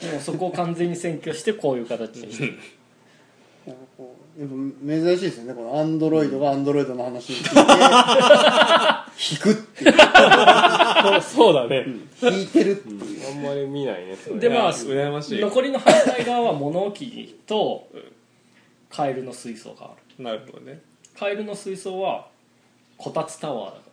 でもそこを完全に占拠してこういう形にしてるやっぱ珍しいですよね、このアンドロイドがアンドロイドの話に聞いて引くっていうそうだね、 うん、引いてるっていう、 あんまり見ないね。 でまあ羨ましい。 残りの反対側は物置とカエルの水槽がある。 なるほどね。 カエルの水槽はこたつタワーだから、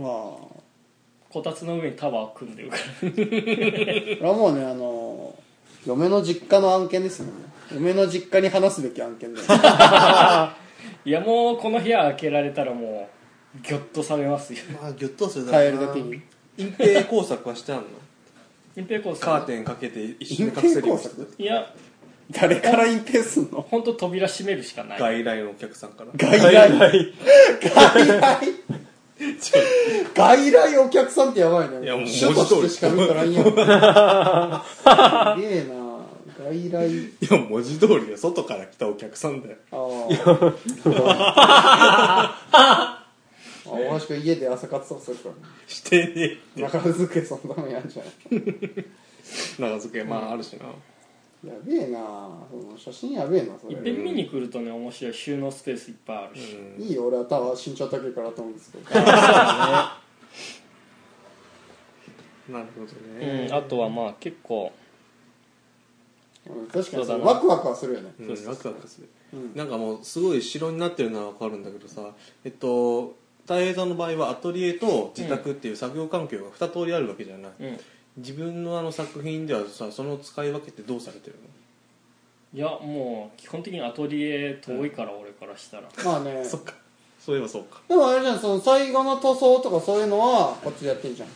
あこたつの上にタワー組んでるからこれはもうねあの嫁の実家の案件ですよね。嫁の実家に話すべき案件だよいやもうこの部屋開けられたらもうギョッとされますよ。 まあギョッとするだろうな。カエルだけに隠蔽工作はしてあんの？ 隠蔽工作カーテンかけて一緒に隠せるように。 いや誰から隠蔽すんの？ 本当扉閉めるしかない。 外来のお客さんから。 外来外来外来お客さんってやばいね。 いやもう主としてしか見たらいいよ。すげえな。外来。 いや文字通りで外から来たお客さんだよ。 ああ。大橋君家で朝活とかするから、ね。 してねえ。 中付けそんなもんやんじゃない。 中付けまああるしな。 やべえなその写真やべえなそれ。 いっぺん見に来るとね面白い収納スペースいっぱいあるし、 うん、いいよ俺はただ身長高いからと思うんですけどあなるほどね、 うん、あとはまあ結構、 うん、確かにそうワクワクはするよね、 うん、ワクワクする、うん、なんかもうすごい城になってるのは分かるんだけどさえっと大平さんの場合はアトリエと自宅っていう作業環境がに通りあるわけじゃない、うん、自分のあの作品ではさその使い分けってどうされてるの？ いやもう基本的にアトリエ遠いから、うん、俺からしたらまあねそっかそういえばそうか。 でもあれじゃんその最後の塗装とかそういうのはこっちでやってんじゃん。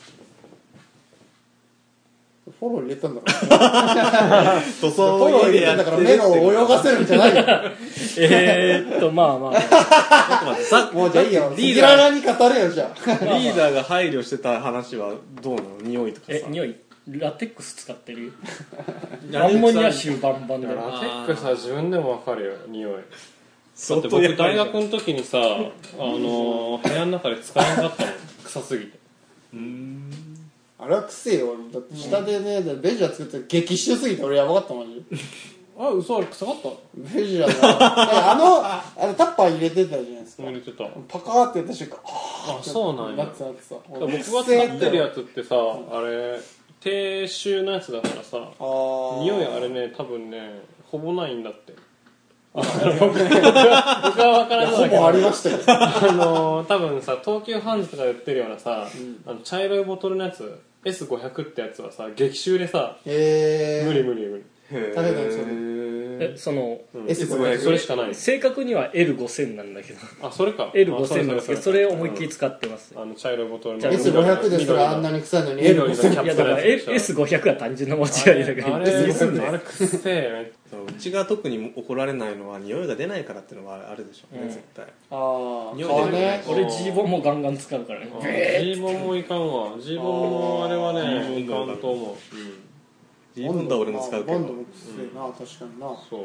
フォロー入れたんだから塗装フォロー入れたんだから目を泳がせるんじゃないよえーっとまあまあちょっと待ってさもうじゃあいいよリーダーに語れよじゃあリーダーが配慮してた話はどうなの？匂いとかさ。 え匂いラテックス使ってるアンモニア臭バンバンで。 ラテックスは自分でも分かるよ匂い。だって僕大学の時にさあの部屋の中で使えなかったの臭すぎて。 うーんあれはくせえよ。だって下でね、うん、ベジャー作って激臭すぎて俺やばかったマジであ嘘あれ臭かった？ ベジャーがあのあのタッパー入れてたじゃないですか。 入れてた。 パカーってやった瞬間あそうなんや。 なってなってさ僕が使ってるやつってさあれ低臭のやつだからさ匂いあれね多分ねほぼないんだって。あ僕は分からないけどほぼありましたよあの多分さ東急ハンズとかで売ってるようなさ、うん、あの茶色いボトルのやつ エスごひゃく ってやつはさ激臭でさへー無理無理無理食べたんですよえその、 うん、エスごひゃく それしかない。 正確には エルごせん なんだけどあそれかエルごせん なんですけどそれを思いっきり使ってます、 うん、あの茶色いボトルのエスごひゃく ですらあんなに臭いのに エルごせんいやだから エスごひゃく は単純な間違いだけどあれあれあれくっせえうちが特に怒られないのは匂いが出ないからっていうのはあるでしょうね、うん、絶対。 ああ匂い出ない、ね、 俺ジーボンもガンガン使うからね。 ジーボンもいかんわ。ジーボンもあれはねいかんと思う。 ジーボンだ俺も使うけど。 ボンドもきついな、うん、確かにな。 そう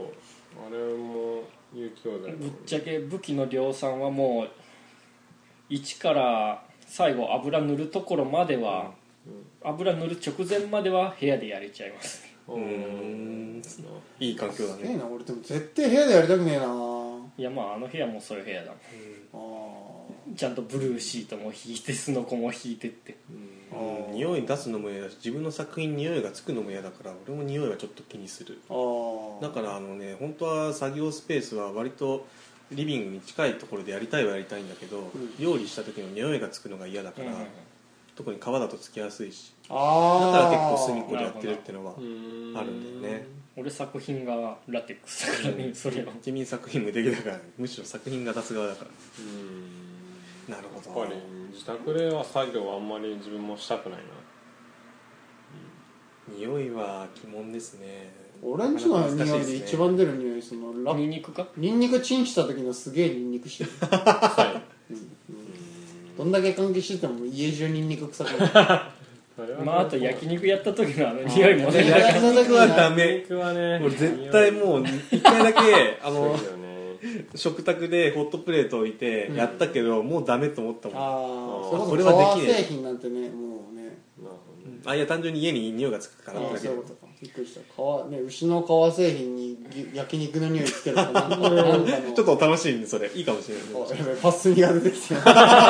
あれも勇気をだよぶっちゃけ武器の量産はもう一から最後油塗るところまでは、うん、油塗る直前までは部屋でやれちゃいます。 うーんいい環境だね。 すげえな。俺でも絶対部屋でやりたくねえな。 いやまああの部屋もそういう部屋だもん、うん、ちゃんとブルーシートも引いてスノコも引いてって、 うん、匂い出すのも嫌だし自分の作品に匂いがつくのも嫌だから俺も匂いはちょっと気にする。あだからあのね本当は作業スペースは割とリビングに近いところでやりたいはやりたいんだけど、うん、料理した時の匂いがつくのが嫌だから、うん、特に皮だとつきやすいしあだから結構隅っこでやってるっていうのはあるんだよね。 俺作品がラテックスだからねそれは君作品無敵だから、ね、むしろ作品が出す側だから。うーんなるほど。 やっぱり自宅では作業はあんまり自分もしたくないな、 うん、匂いは鬼門ですね。 俺んちの匂いで一番出る匂いそのラニンニクかニンニクチンした時のすげえニンニクしてる、はい、うんうん、どんだけ換気してても家中ニンニク臭くなるまああと焼肉やった時のあの匂いもね焼肉はダメ。俺絶対もう一回だけあの食卓でホットプレート置いてやったけど、うん、もうダメと思ったもん。ああそれはできない。革製品なんてねもうねあいや単純に家に匂いがつくからだけ。 そういうことか。びっくりした。革、ね、牛の革製品に焼肉の匂いつけるかなんかのちょっと楽しいんでそれいいかもしれない。 やばいパスニが出てきて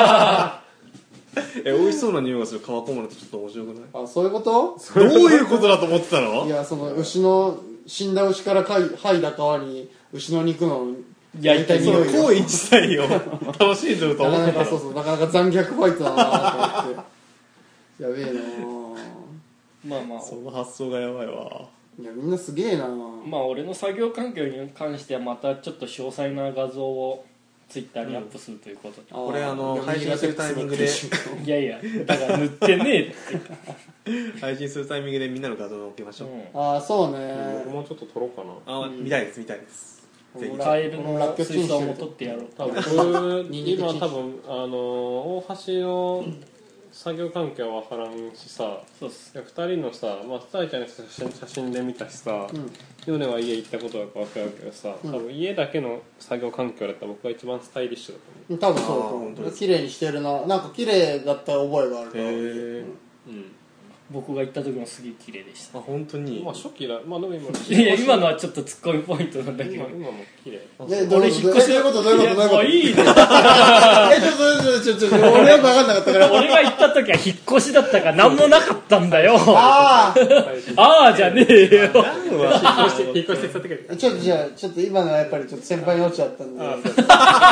え美味しそうな匂いがする皮こもるとちょっと面白くない？ あそういうこと？ どういうことだと思ってたの？ いやその牛の死んだ牛から剥いだ皮に牛の肉の焼いた匂いが行為自体を楽しんでると思ってたの。 なかなかそうそうなかなか残虐ファイトだなと思ってやべえなまあまあその発想がやばいわ。 いやみんなすげえな。 まあ俺の作業環境に関してはまたちょっと詳細な画像をツイッターにアップするということで、 うん、これあの配信するタイミングでいやいやだから塗ってねえって配信するタイミングでみんなの画像を置きましょう、うん、 ああそうね、 僕もちょっと撮ろうかな。 あ、うん、見たいです見たいです。 ぜひカエルの水槽も撮ってやろう。 多分今多分あの大橋の作業環境は分からんしさ、そうっすふたりのさ、まあ、ふたりちゃんの写真、写真で見たしさ、うん、ヨネは家行ったことが分かるけどさ、うん、多分家だけの作業環境だったら僕が一番スタイリッシュだと思う。 多分そうだと思う。綺麗にしてるな。なんか綺麗だった覚えがあるから。へー、うん僕が行った時もすげえ綺麗でした。 あ本当に。 まあ初期だ。まあでも今いや今のはちょっとツッコミポイントなんだけど。 今, 今も綺麗。 ね俺引っ越しどういうことどういうことどういうこと。 いいね。 えちょっとちょっとちょっと俺よく分かんなかったから。 俺が行った時は引っ越しだったから何もなかったんだよ。 ああああじゃねえよ。引っ越して引っ越してきた時。 ちょっとじゃあちょっと今のはやっぱりちょっと先輩に落ちちゃったんで。もう一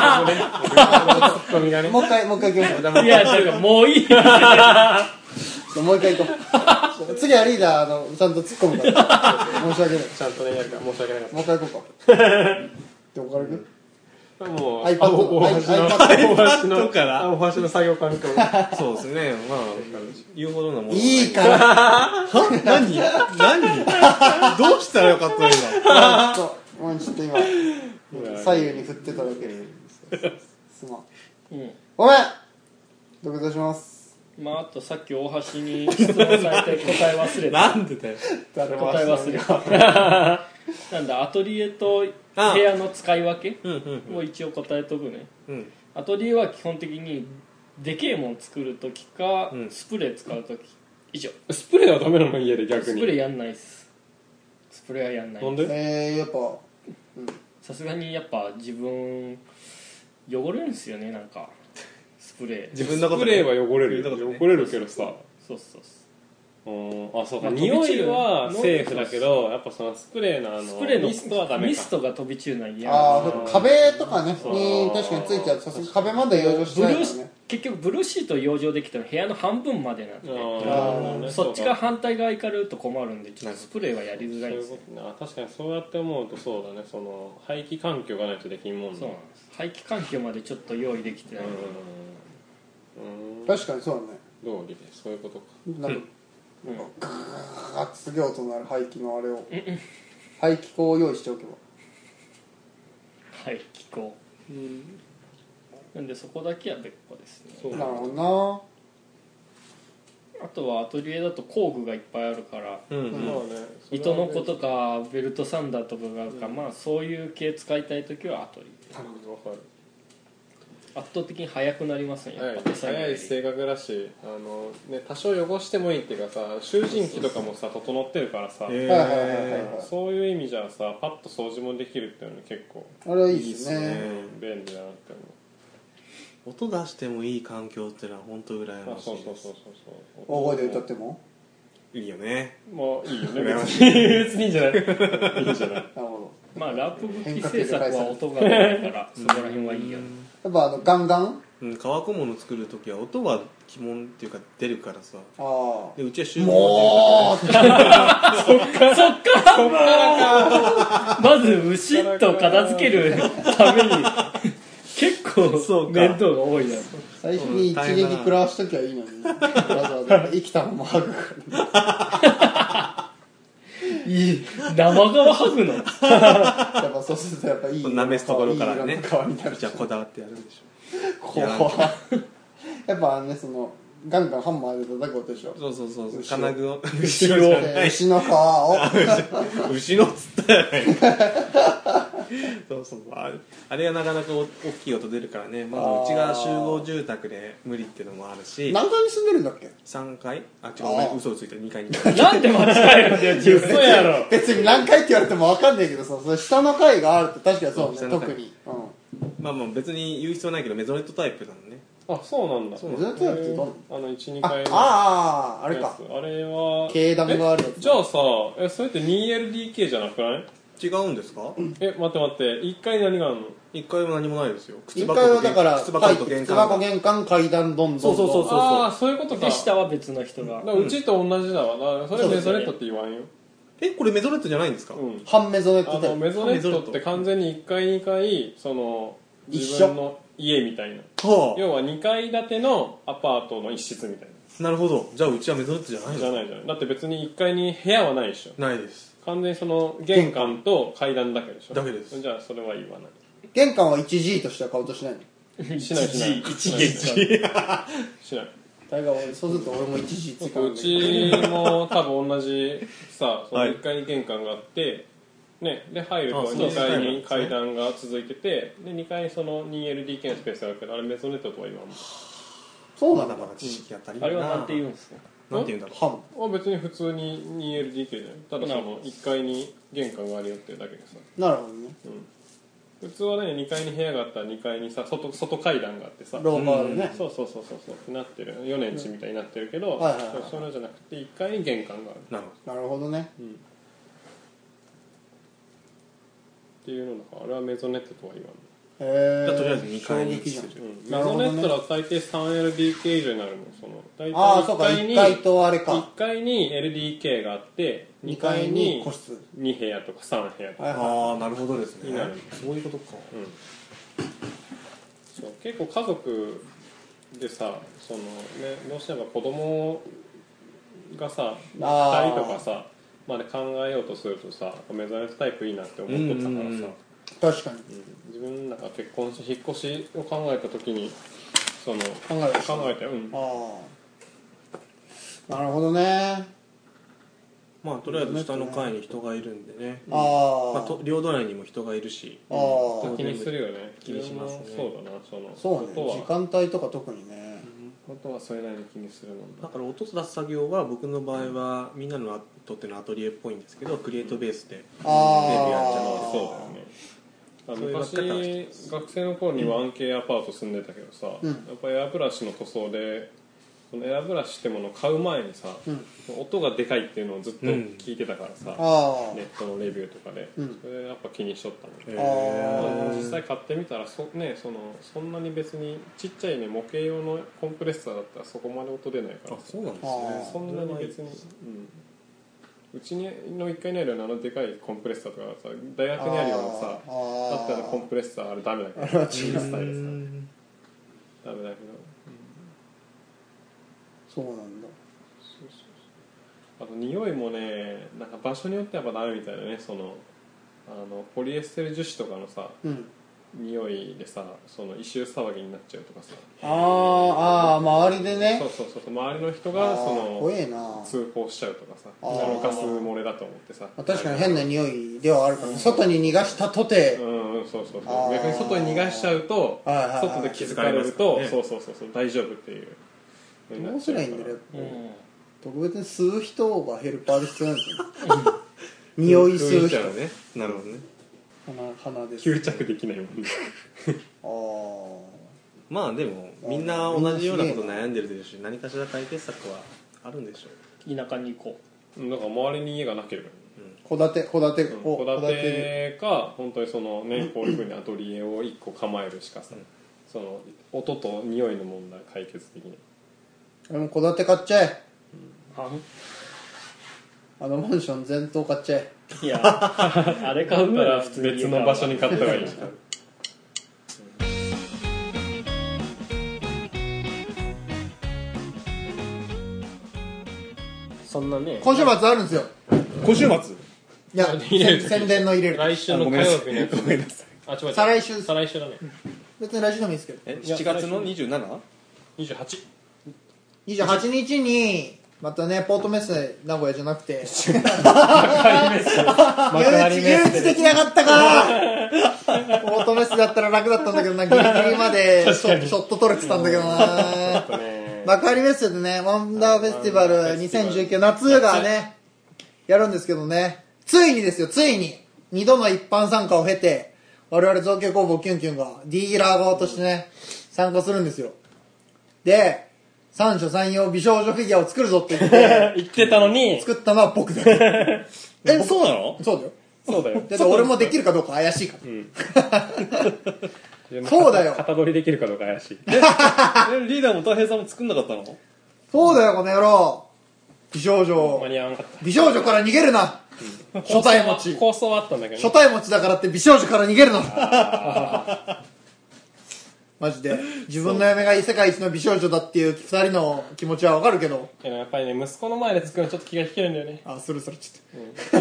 回もう一回行きましょう。 いやだからもういい。 もう一回行こう。次はリーダーあのちゃんと突っ込むから申し訳ない。 ちゃんとねやるから申し訳ない。 もう一回行こうか。どこから行く？ もう iPad の iPad から大橋の作業環境。 そうですね。まあ言うほどのものいいから。 は？何？何？どうしたらよかったの今。 もうちょっと今左右に振ってただけで。すまん。ごめん。土下座します。 まああとさっき大橋に質問されて答え忘れた。 なんでだよ。 答え忘れた。なんだアトリエと部屋の使い分けを一応答えとくね、うん、アトリエは基本的にでけえもん作るときか、うん、スプレー使うとき以上。 スプレーはダメなの家で逆に。 スプレーやんないっす。スプレーはやんない。 なんで？ えー、やっぱさすがにやっぱ自分汚れるんすよねなんかスプレー。 自分のことスプレーは汚れる、ね、汚れるけどさ。 そうそうそう。 あそうか、匂いはセーフだけどやっぱそのスプレーのあのスプレーのミストはダメか。 ミストが飛び散るのは嫌。 ああ壁とかねに確かについちゃうと壁まで養生しないからね。 結局ブルーシート養生できたら部屋の半分までなんで、ね、そっちが反対側行かれると困るんでちょっとスプレーはやりづらいですね。 確かにそうやって思うとそうだね。その排気環境がないとできんもんね。 そうなんです。排気環境までちょっと用意できてない。 うん、確かにそうだね。 道理でそういうことか。 なんかうん、ガーッとすげえ音のある排気のあれを排気口を用意しておけば排気口、うん、なんでそこだけは別個ですね。 なるほどな。 あとはアトリエだと工具がいっぱいあるからうんうん、まあね糸の子とかベルトサンダーとかがあるから、うん、まあそういう系使いたい時はアトリエ。 なるほど、わかる。 圧倒的に速くなりますね、やっぱ手作業より。 速い性格だし、あの、ね、多少汚してもいいっていうかさ、集塵機とかもさ整ってるからさ、 えー、 そういう意味じゃさパッと掃除もできるっていうのに結構あれはいいですね。 いいっすね、便利だなって思う。 音出してもいい環境っていうのは本当羨ましいです。 そうそうそうそうそう。 大声で歌ってもいいよね。 まあいいよね。別に別にいいんじゃない。いいんじゃない。 なるほど。 まあラップ武器制作は音がないからそこら辺はいいよね。 やっぱあのガンガン、 うん、革小物作るときは音は鬼門っていうか出るからさ。 あでうちは集合もうそっからそっからまず牛と片付けるために結構面倒が多いな。 最初に一撃食らわしときゃいいのに、わざわざ生きたまま剥ぐからいい生皮剥ぐのやっぱそうするとやっぱいいなめすところからね。 いい色の皮になる。 じゃあこだわってやるんでしょ。 怖いやっぱね、そのガンガンハンマーで叩くことでしょ。 そうそうそうそう。 牛を金具を牛を牛の皮を牛のっつったやないそうそう、あれあれがなかなか大きい音出るからね。まあうちが集合住宅で無理っていうのもあるし。 何階に住んでるんだっけ。 さんかい、あ違う、 あーごめん嘘をついたにかいになんで間違えるんだよ自分やろ。 別に何階って言われても分かんないけどさ、それ下の階があるって確かにそうね、 そう下の階特に、うん、 まあまあ別に言う必要ないけどメゾネットタイプなのね。 あ、そうなんだ。 メゾネットタイプってどんあのいち、にあかいのあああれか、 あれは経団があるやつ。 えじゃあさ、えそれって ツーエルディーケー じゃなくない？ 違うんですか？ え待って待って、いっかい何があるの？ いっかいは何もないですよ。 一階はだから靴箱と玄靴箱関。 玄関階段どんどんどんそうそうそうそうああ、そういうことか。 で下は別の人がだからうちと同じだわ。だからそれメゾネットって言わんよ。 え、これメゾネットじゃないんですか？ うん。 半メゾネッあトタイプ。 のメゾネットって完全にいっかいにかいその一緒自分の家みたいな、 は要はにかい建てのアパートの一室みたいあ、なるほど。じゃあうちはメゾネットじゃないの？ なじゃないじゃない。だって別にいっかいに部屋はないでしょ。 ないです。 完全にその玄関と階段だけでしょ。 だけですじゃあそれは言わない。 玄関は ワンジー としては買おうとしないの。 しないしない一元しない。 大概俺そうすると俺も ワンジー 使ううちも多分同じさ、そのいっかいに玄関があって、ね、で入るとあそうにかいに階段が続いてて、でにかいにその ツーエルディーケー のスペースがあるけど、あれメゾネットとは言わんもん。 そうなんだまだまだ知識が足りないな。 あれはなんて言うんですか？ なんて言うんだろ半あ別に普通に ツーエルディーケー じゃない。ただそのいっかいに玄関があるよっていうだけでさ、 なるほどね。 普通はねにかいに部屋があったらにかいにさ 外, 外階段があってさ、 廊下あるね。 そうそうそうそうそうなってるよねんちみたいになってるけど、 はいはいはいそういうのじゃなくていっかいに玄関があるう。なるほなるほどね。 っていうのだから、あれはメゾネットとは言わない。 へえ。 じゃあとりあえずにかいに衝撃じゃん。 うん、 なるほどねメゾネットは大抵 スリーエルディーケー 以上になるの。その大ああ、そうか、 体いっかいとあれいっか。 かいに エルディーケー があってににかいかいにに個室。 に部屋とかさん部屋とか、 はいど。ああ、なるほどですね。 になるそういうことか。 そう結構家族でさその、ね、どうしても子供がさふたりとかさまで考えようとするとさメゾネットタイプいいなって思っとったからさ、 うんうんうん確かに。 うん自分なんか結婚して引っ越しを考えた時にその考えるでしょ考えたよ、うん、 ああ。なるほどね。 まあとりあえず下の階に人がいるんでね。 ああ。 まあと両隣にも人がいるし。 ああ。 気にするよね気にしますね自分もそうだなそのそうね。 音は時間帯とか特にね。 音はそれなりに気にするもんだだから音出す作業は僕の場合はみんなのとってのアトリエっぽいんですけど、クリエイトベースでああ。 全部やっちゃうそうだよねそういう昔分け方してます学生の頃に ワンケー アパート住んでたけどさ、 うんやっぱりエアブラシの塗装でそのエアブラシってものを買う前にさ、 うん音がでかいっていうのをずっと聞いてたからさ、 あネットのレビューとかで、 うんそれでやっぱ気にしとったの、 へあー実際買ってみたら そ,、ね、そのそんなに別にちっちゃい、ね、模型用のコンプレッサーだったらそこまで音出ないからあ、そうなんですあねーそんなに別に、うん、うちのいっかいにあるようなあのでかいコンプレッサーとかさ大学にあるようなさあーだったらコンプレッサーあれダメだからあれは違う小さいですからダメだけどそうなんだ。 あと匂いもねなんか場所によってはやっぱダメみたいだねそのあのポリエステル樹脂とかのさうん。 匂いでさその異臭騒ぎになっちゃうとかさあーあー周りでねそうそうそうそう周りの人がその怖えな通報しちゃうとかさあーガス漏れだと思ってさ確かに変な匂いではあるから、ね、外に逃がしたとて、 うんうんそうそうあーそう逆に外に逃がしちゃうとはいはいはい外で気づかれると、 ねそうそうそうそう大丈夫っていう風になどうっちゃうからすりゃいいんだよ、 うん特別に吸う人がヘルパーで必要なんですよ、匂い吸う人だよねなるほどね鼻鼻です吸着できないもんねあーまあでもみんな同じようなこと悩んでるでしょうし何かしら解決策はあるんでしょう。 田舎に行こうんだから周りに家がなければ戸建て戸建て戸こう建てか本当にそのねこういうふうにアトリエをいっこ構えるしかさ、その音と匂いの問題解決的にでも戸建て買っちゃえうああのマンション全棟買っちゃえいやあれ買うぐらいは普通に別の場所に買った方がいいしそんなね今週末あるんですよ今週末いや入れる時宣伝の入れる来週の火曜日のやつごめんなさいあ違う違う再来週再来週だね別に来週でもいいですけどえしちがつの にじゅうなな？ にじゅうはちにじゅうはちにちにまたねポートメッセ名古屋じゃなくて幕張メッセ幕張メッ誘致セできなかったかポートメッセだったら楽だったんだけどなギリギリまでショショット取れてたんだけどな幕張メッセでねワンダーフェスティバルにせんじゅうきゅう夏がねやるんですけどねついにですよついににどの一般参加を経て我々造形工房キュンキュンがディーラー側としてね参加するんですよで三者三様美少女フィギュアを作るぞって言って言ってたのに作ったのは僕だけえそうなの？ そうだよそうだよだって俺もできるかどうか怪しいから、 うんそうだよ型取りできるかどうか怪しいえリーダーも大平さんも作んなかったの？ そうだよこの野郎美少間女に合わなかった美少女から逃げるな初対持ち構想はあったんだけどね初対持ちだからって美少女から逃げるなマジで自分の嫁が世界一の美少女だっていう二人の気持ちはわかるけどけどやっぱりね息子の前で作るのちょっと気が引けるんだよねあするするちょっと、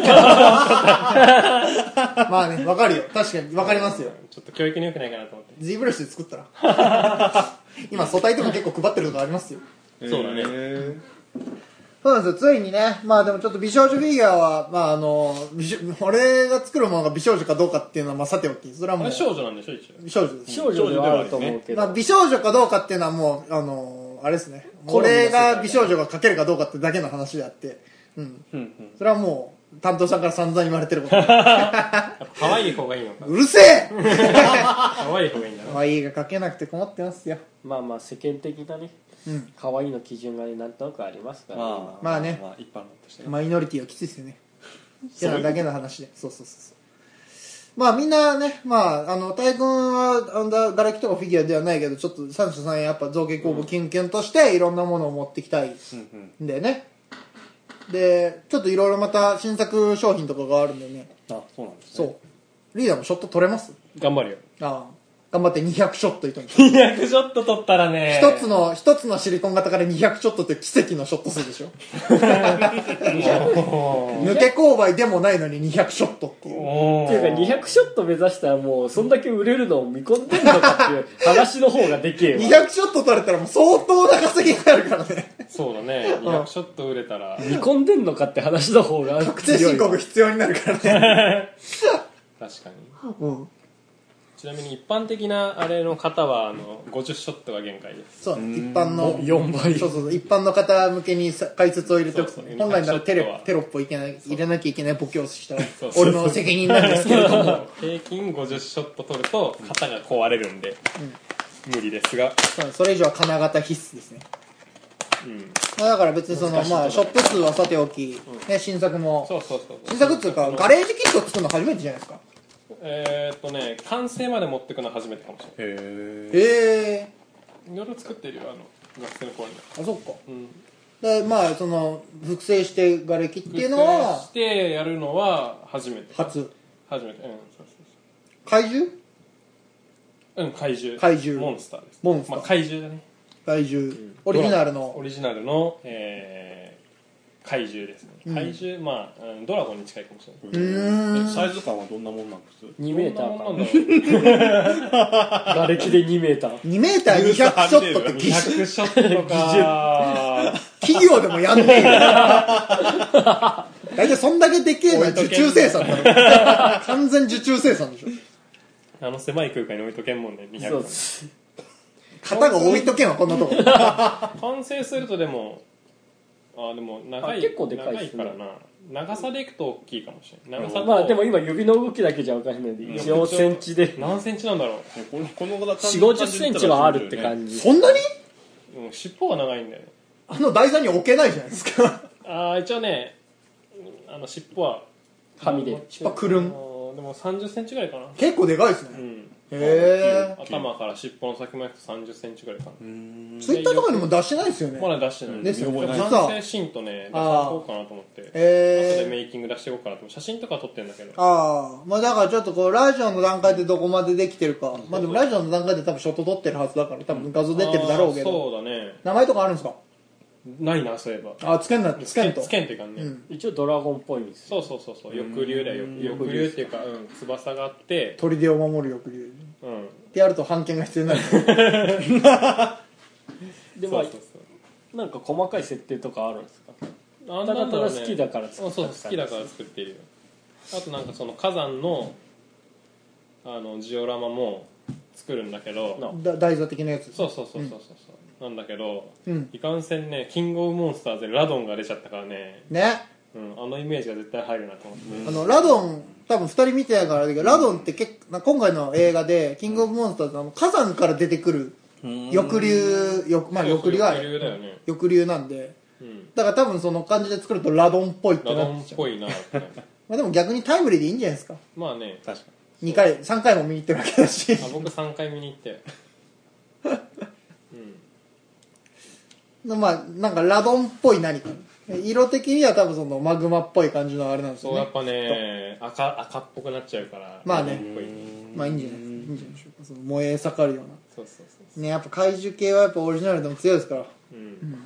まあねわかるよ確かにわかりますよちょっと教育に良くないかなと思って Z ブラシで作ったら今素体とか結構配ってるとこありますよそうだねへそうなんですよついにねまあでもちょっと美少女フィギュアはまああの美少俺が作るものが美少女かどうかっていうのはまあさておきそれはもうあれ少女なんでしょ一応美少女です少女ではあると思うけど、 まあ、美少女かどうかっていうのはもうあのあれですね俺が美少女が描けるかどうかってだけの話であってうんうんうんそれはもう担当さんから散々言われてること可愛い方がいいのかうるせえ可愛い方がいいんだな可愛いが描けなくて困ってますよまあまあ世間的なねうん可愛いの基準がねなんとなくありますから、ね、 まあまあねまあ一般論としてねマイノリティはきついですよねってなだけの話でそうそうそうそうまあみんなねまああの大君はあんだガラキとかフィギュアではないけどちょっと三者三様やっぱ造形工房キュンキュンとしていろんなものを持ってきたいうんうんんだよねでちょっといろいろまた新作商品とかがあるんでねあそうなんですねそうリーダーもショット取れます頑張るよああ頑張ってにひゃくショットいとんにひゃくショット取ったらね一つの一つのシリコン型からにひゃくショットって奇跡のショット数でしょ抜け勾配でもないのににひゃくショットっていうっていうかにひゃくショット目指したらもうそんだけ売れるのを見込んでんのかっていう話の方がでけえわにひゃくショット取れたらもう相当な稼ぎになるからねそうだねにひゃくショット売れたら見込んでんのかって話の方が確定申告必要になるからね確かにうんちなみに一般的なあれの方はあのごじゅうショットが限界ですそう一般のよんばいそうそうそう一般の方向けにさ解説を入れておくそうそう本来ならテにひゃくショットはレテロップをいけない入れなきゃいけないボケをしたらそうそう俺の責任なんですけれども平均ごじゅうショット取ると肩が壊れるんで、無理ですが、 そうそれ以上は金型必須ですねうん、 まあだから別にその難しいとこまあショット数はさておきね新作もそうそうそう新作っていうかガレージキット作るの初めてじゃないですかえー、っとね完成まで持ってくの初めてかもしれないへへえいろいろ作ってるよあの学生の頃にあそっかうんでまあその複製してガレキっていうの複製はしてやるのは初めて初初めてうんそうそう怪獣そううん怪獣怪獣モンスターですモンスターまあ、怪獣だね怪獣オリジナルのオリジナルの、えー、 怪獣ですね、 うん怪獣、まあうんドラゴンに近いかもしれない。 うーんえサイズ感はどんなもんなんです？ にメーターどんなもんなんだろうか瓦礫でにメーターにメーターにひゃくショットってに技術ひゃくショットか企業でもやんねえよ大体そんだけでけえのは受注生産だろ完全受注生産でしょあの狭い空間に置いとけんもんねにひゃく。 そう型が置いとけんわこんなとこ完成するとでもあでも長いあ結構でかいっすね長いからな長さでいくと大きいかもしれない。長さとまあでも今指の動きだけじゃ分かんないんでいちよんセンチで何センチなんだろう。 このこのよんじゅうごじゅっセンチはあるって感じ。 そんなにうん尻尾が長いんだよね。 あの台座に置けないじゃないですかああ一応ねあの尻尾ははみ出る尻尾くるんあーでもさんじゅっセンチぐらいかな。 結構でかいですね、 うんへえ頭から尻尾の先までさんじゅっセンチぐらいかな。 ツイッターとかにも出してないですよねまだ出してない。 ですよねでも実は完成シーンとね出していこうかなと思って後でへえメイキング出していこうかなと思って写真とか撮ってるんだけどああまあだからちょっとこうラジオの段階でどこまでできてるかまあでもラジオの段階で多分ショット撮ってるはずだから多分画像出てるだろうけどあーそうだね名前とかあるんですかないなそういえばあつけんなつけんとつけんっていうかね、 うん一応ドラゴンっぽいんですよそうそうそうそう翼竜だよ翼竜っていうか、うん、翼があって砦を守る翼竜うんってやると版権が必要になるでもそうそうそうなんか細かい設定とかあるんですかあただただね好きだからそうそう好きだから作ってるよあとなんかその火山のあのジオラマも作るんだけどだ台座的なやつそうそうそうそうそうそうなんだけど、 うんいかんせんねキングオブモンスターズでラドンが出ちゃったからね、 ねうん、あのイメージが絶対入るなと思って、 あのラドン多分ふたり見てないからだけどラドンって結構今回の映画でキングオブモンスターズの火山から出てくる翼竜翼まあ翼竜は翼竜だよね、 翼竜なんでうん、 だから多分その感じで作るとラドンっぽいってラなっちゃうドンっぽいなってまあでも逆にタイムリーでいいんじゃないですかまあね確かにかいさんかいも見に行ってるわけだしにあ僕さんかい見に行ってうんまあなんかラドンっぽい何か色的には多分そのマグマっぽい感じのあれなんですよねそうやっぱね赤赤っぽくなっちゃうからまあねラドンっぽいねまあいいんじゃないですかいいんじゃないでしょうかその燃え盛るようなそうそうそうねやっぱ怪獣系はやっぱオリジナルでも強いですからうん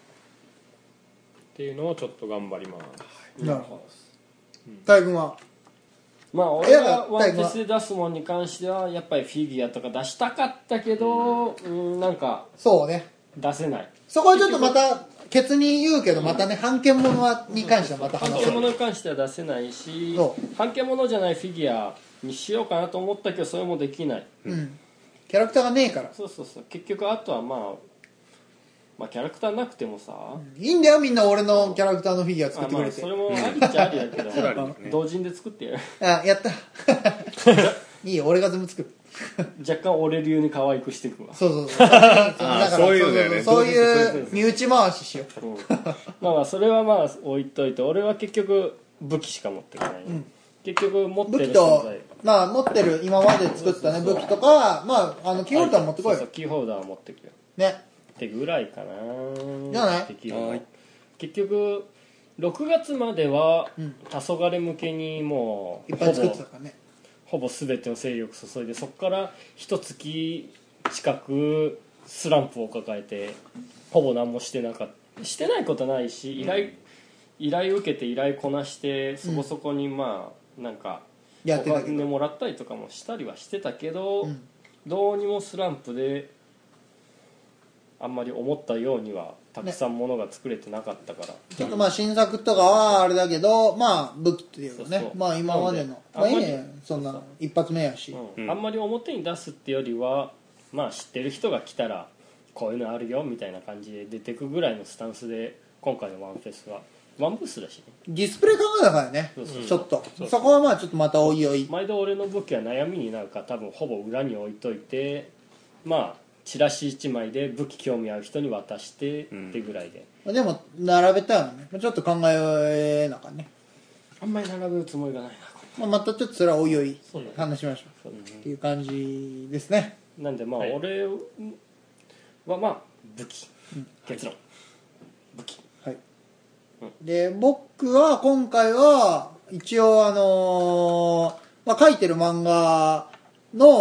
っていうのをちょっと頑張りますなるほど大君はまあ俺がワンピースで出すもんに関してはやっぱりフィギュアとか出したかったけどうんなんかそうね出せないそこはちょっとまたケツに言うけどまたね版権物に関してはまた半話そう径ものに関しては出せないしそ半径ものじゃないフィギュアにしようかなと思ったけどそれもできないうんキャラクターがねえからそうそうそう結局あとはまあまあキャラクターなくてもさいいんだよみんな俺のキャラクターのフィギュア作あまあってくれてそれもありっちゃありだけどそれありですね同人で作ってやるあやったいいよ俺が全部作る若干俺流に可愛くしていくわそうそうそうだからそういうのだよねそういう身内回ししよううんまあまあそれはまあ置いといて俺は結局武器しか持ってこない、結局持って武器る存と在まあ持ってる今まで作ったね武器とかはまああのキーホルダー持ってこいよそうそうキーホルダーは持ってくよねってぐらいかなじゃないできるのはい結局ろくがつまではうん黄昏向けにもいうっぱい作っほぼてたからねほぼ全ての勢力注いでそこから一月近くスランプを抱えてほぼ何もしてなかったしてないことないし依頼、依頼受けて依頼こなしてそこそこにまあなんかおやってたけど金もらったりとかもしたりはしてたけど、 うんどうにもスランプであんまり思ったようにはたくさんものが作れてなかったから、 ちょっとまあ新作とかはあれだけどまあ武器っていうかねそうそうまあ今までのなのでまあいいあんまねそんな一発目やしうんあんまり表に出すってよりはまあ知ってる人が来たらこういうのあるよみたいな感じで出てくぐらいのスタンスで今回のワンフェスはワンブースだしねディスプレイ考えたからねそうそうちょっとそうそこはまあちょっとまたおいおい毎度俺の武器は悩みになるから多分ほぼ裏に置いといてまあチラシいちまいで武器興味ある人に渡してってぐらいで、 でも並べたよねちょっと考えなあかんねあんまり並べるつもりがないなまあまたちょっとそれはおいおいそうね話しましょうっていう感じですねなんでまあはい俺はまあ武器結論武器はいで僕は今回は一応あのーまあ、書いてる漫画の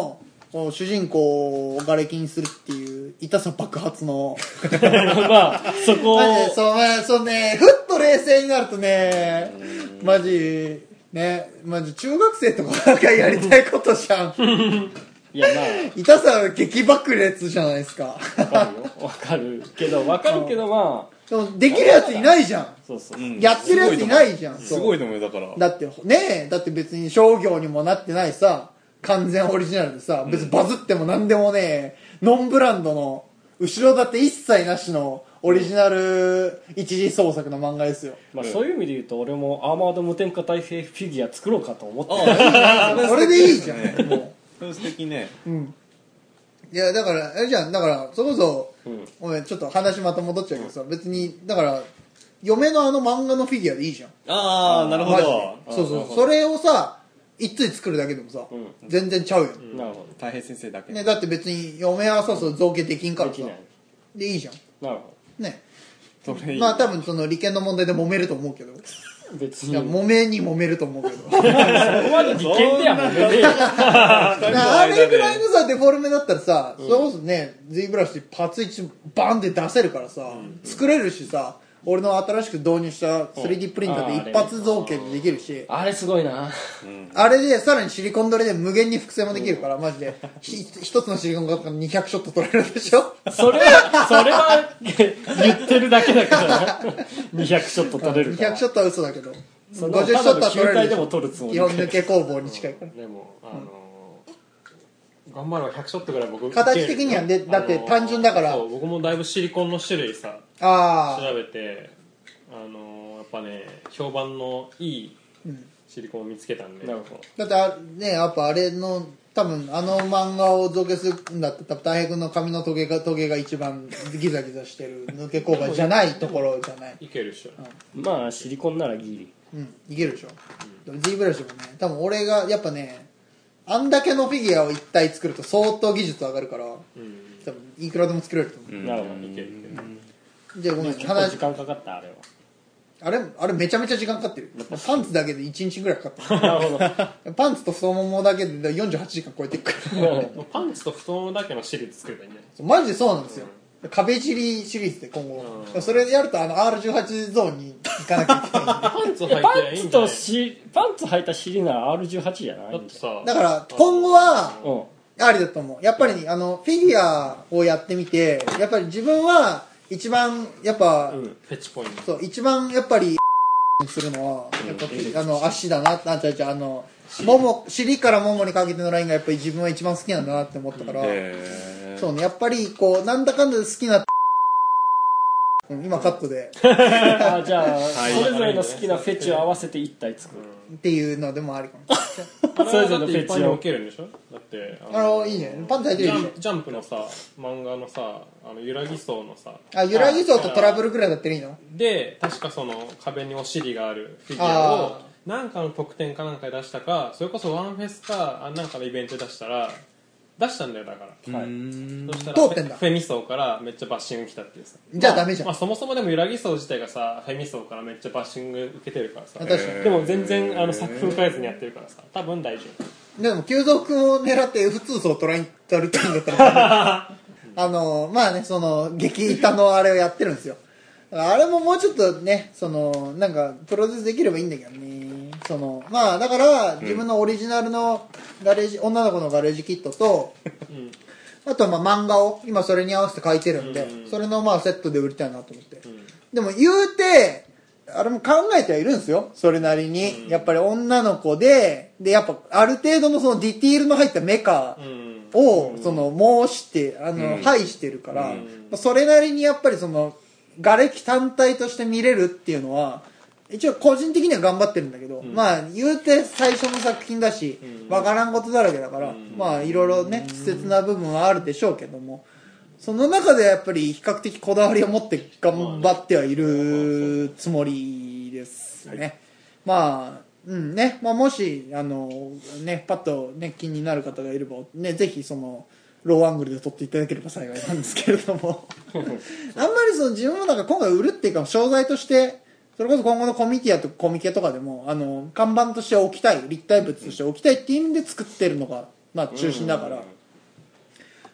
こう主人公を瓦礫にするっていう痛さ爆発のまあそこをマジでそう、まあ、そうねふっと冷静になるとねマジねマジ中学生とかがやりたいことじゃんいやまあ痛さ激爆裂じゃないですかわかるよわかるけどわかるけどまあでもできるやついないじゃんそうそう、 うんやってるやついないじゃんすごいと思うよだからだってねえだって別に商業にもなってないさ完全オリジナルでさ別にバズっても何でもねノンブランドの後ろ盾一切なしのオリジナル一次創作の漫画ですよ、 まあ、そういう意味で言うと俺もアーマード無添加体制フィギュア作ろうかと思ってそれでいいじゃんもうそれ素敵ねうんいやだからあれじゃんだからそれこそ、うん、ごめんちょっと話また戻っちゃうけどさ、うん、別にだから嫁のあの漫画のフィギュアでいいじゃんああなるほどそうそうそれをさ一対作るだけでもさ、うん、全然ちゃうよ、うん、 なるほど大平先生だけ、 ね、だって別に嫁はさそう造形できんからさでいいじゃんなるほどねそれいいまあ多分その利権の問題で揉めると思うけど別にいや揉めに揉めると思うけどそこまで利権では揉めねえあれぐらいのさデフォルメだったらさ、うん、それこそね Z ブラシパツいちバンって出せるからさ、うん、作れるしさ俺の新しく導入した スリーディー プリンターで一発造形でできるしあ, あれすごいな、 うん、あれでさらにシリコンドレで無限に複製もできるから、うん、マジで一つのシリコンドレからにひゃくショット取れるでしょそれはそれは言ってるだけだからにひゃくショット取れるからにひゃくショットは嘘だけどごじゅうショットは取れるでしょ基本抜け工房に近いからでもあのー、頑張ればひゃくショットぐらい僕形的にはでだって単純だから、 そう僕もだいぶシリコンの種類さあ調べてあのー、やっぱね評判のいいシリコンを見つけたんで、うん、 なるほどだってあねやっぱあれの多分あの漫画を造形するんだって多分大平君の髪のトゲがトゲが一番ギザギザしてる抜け工場じゃないところじゃないいけるっしょ、 うん、まあシリコンならギリうんいけるでしょ、うん、Z ブラシもね多分俺がやっぱねあんだけのフィギュアを一体作ると相当技術上がるから、うん、多分いくらでも作れると思う、 うん、なるほどいけるいける、 うん、じゃあごめん結構時間かかったあれはあれあれめちゃめちゃ時間かかってるパンツだけでいちにちぐらいかかってるなるほどパンツと太ももだけでよんじゅうはちじかん超えていくからパンツと太ももだけのシリーズ作ればいいんじゃないマジでそうなんですよ、うん、壁尻シリーズで今後、うん、それでやるとあの アールじゅうはち ゾーンに行かなきゃいけないパンツ履いてりゃいいんじゃないパンツ履いた尻なら アールじゅうはち じゃないだってさだから今後はありだと思うやっぱりあのフィギュアをやってみてやっぱり自分は一番やっぱ、うん、 フェチポイントそう一番やっぱりするのはやっぱ、うん、あの足だなあちゃちゃあのもも尻からももにかけてのラインがやっぱり自分は一番好きなんだなって思ったから、そうねやっぱりこうなんだかんだ好きな今カットであじゃあ、はい、それぞれの好きなフェチを合わせて一体作るっていうのでもありかもそれぞれのフェチを受けるんでしょだってあのいいねパンツ履いてるジャンプのさ漫画のさあの揺らぎ層のさあ揺らぎ層とトラブルぐらいだっていいので確かその壁にお尻があるフィギュアをなんかの特典かなんかで出したかそれこそワンフェスかなんかのイベントで出したら出したんだよだから、はい、そしたら通ってんだフェミ層からめっちゃバッシング来たっていうさじゃあダメじゃん、 まあまあ、そもそもでも揺らぎ層自体がさフェミ層からめっちゃバッシング受けてるからさ確かにでも全然あの作風変えずにやってるからさ多分大丈夫でも急速を狙って エフツー 層を捉えたるっていうんだったらあのまあねその激板のあれをやってるんですよあれももうちょっとねそのなんかプロデュースできればいいんだけどねそのまあだから自分のオリジナルのガレージ、うん、女の子のガレージキットと、うん、あとはまあ漫画を今それに合わせて描いてるんで、うん、それのまあセットで売りたいなと思って、うん、でも言うてあれも考えてはいるんですよそれなりに、うん、やっぱり女の子ででやっぱある程度のそのディティールの入ったメカを、うん、その申してあの、うん、配してるから、うん、それなりにやっぱりその瓦礫単体として見れるっていうのは一応個人的には頑張ってるんだけど、うん、まあ言うて最初の作品だし、うん、分からんことだらけだから、うん、まあいろいろね稚拙な部分はあるでしょうけどもその中でやっぱり比較的こだわりを持って頑張ってはいるつもりですね、はい、まあうんね、まあ、もしあのねパッとね気になる方がいればねぜひそのローアングルで撮っていただければ幸いなんですけれどもあんまりその自分もなんか今回売るっていうか商材としてそれこそ今後のコミティアとコミケとかでもあの看板として置きたい立体物として置きたいっていう意味で作ってるのが、まあ、中心だから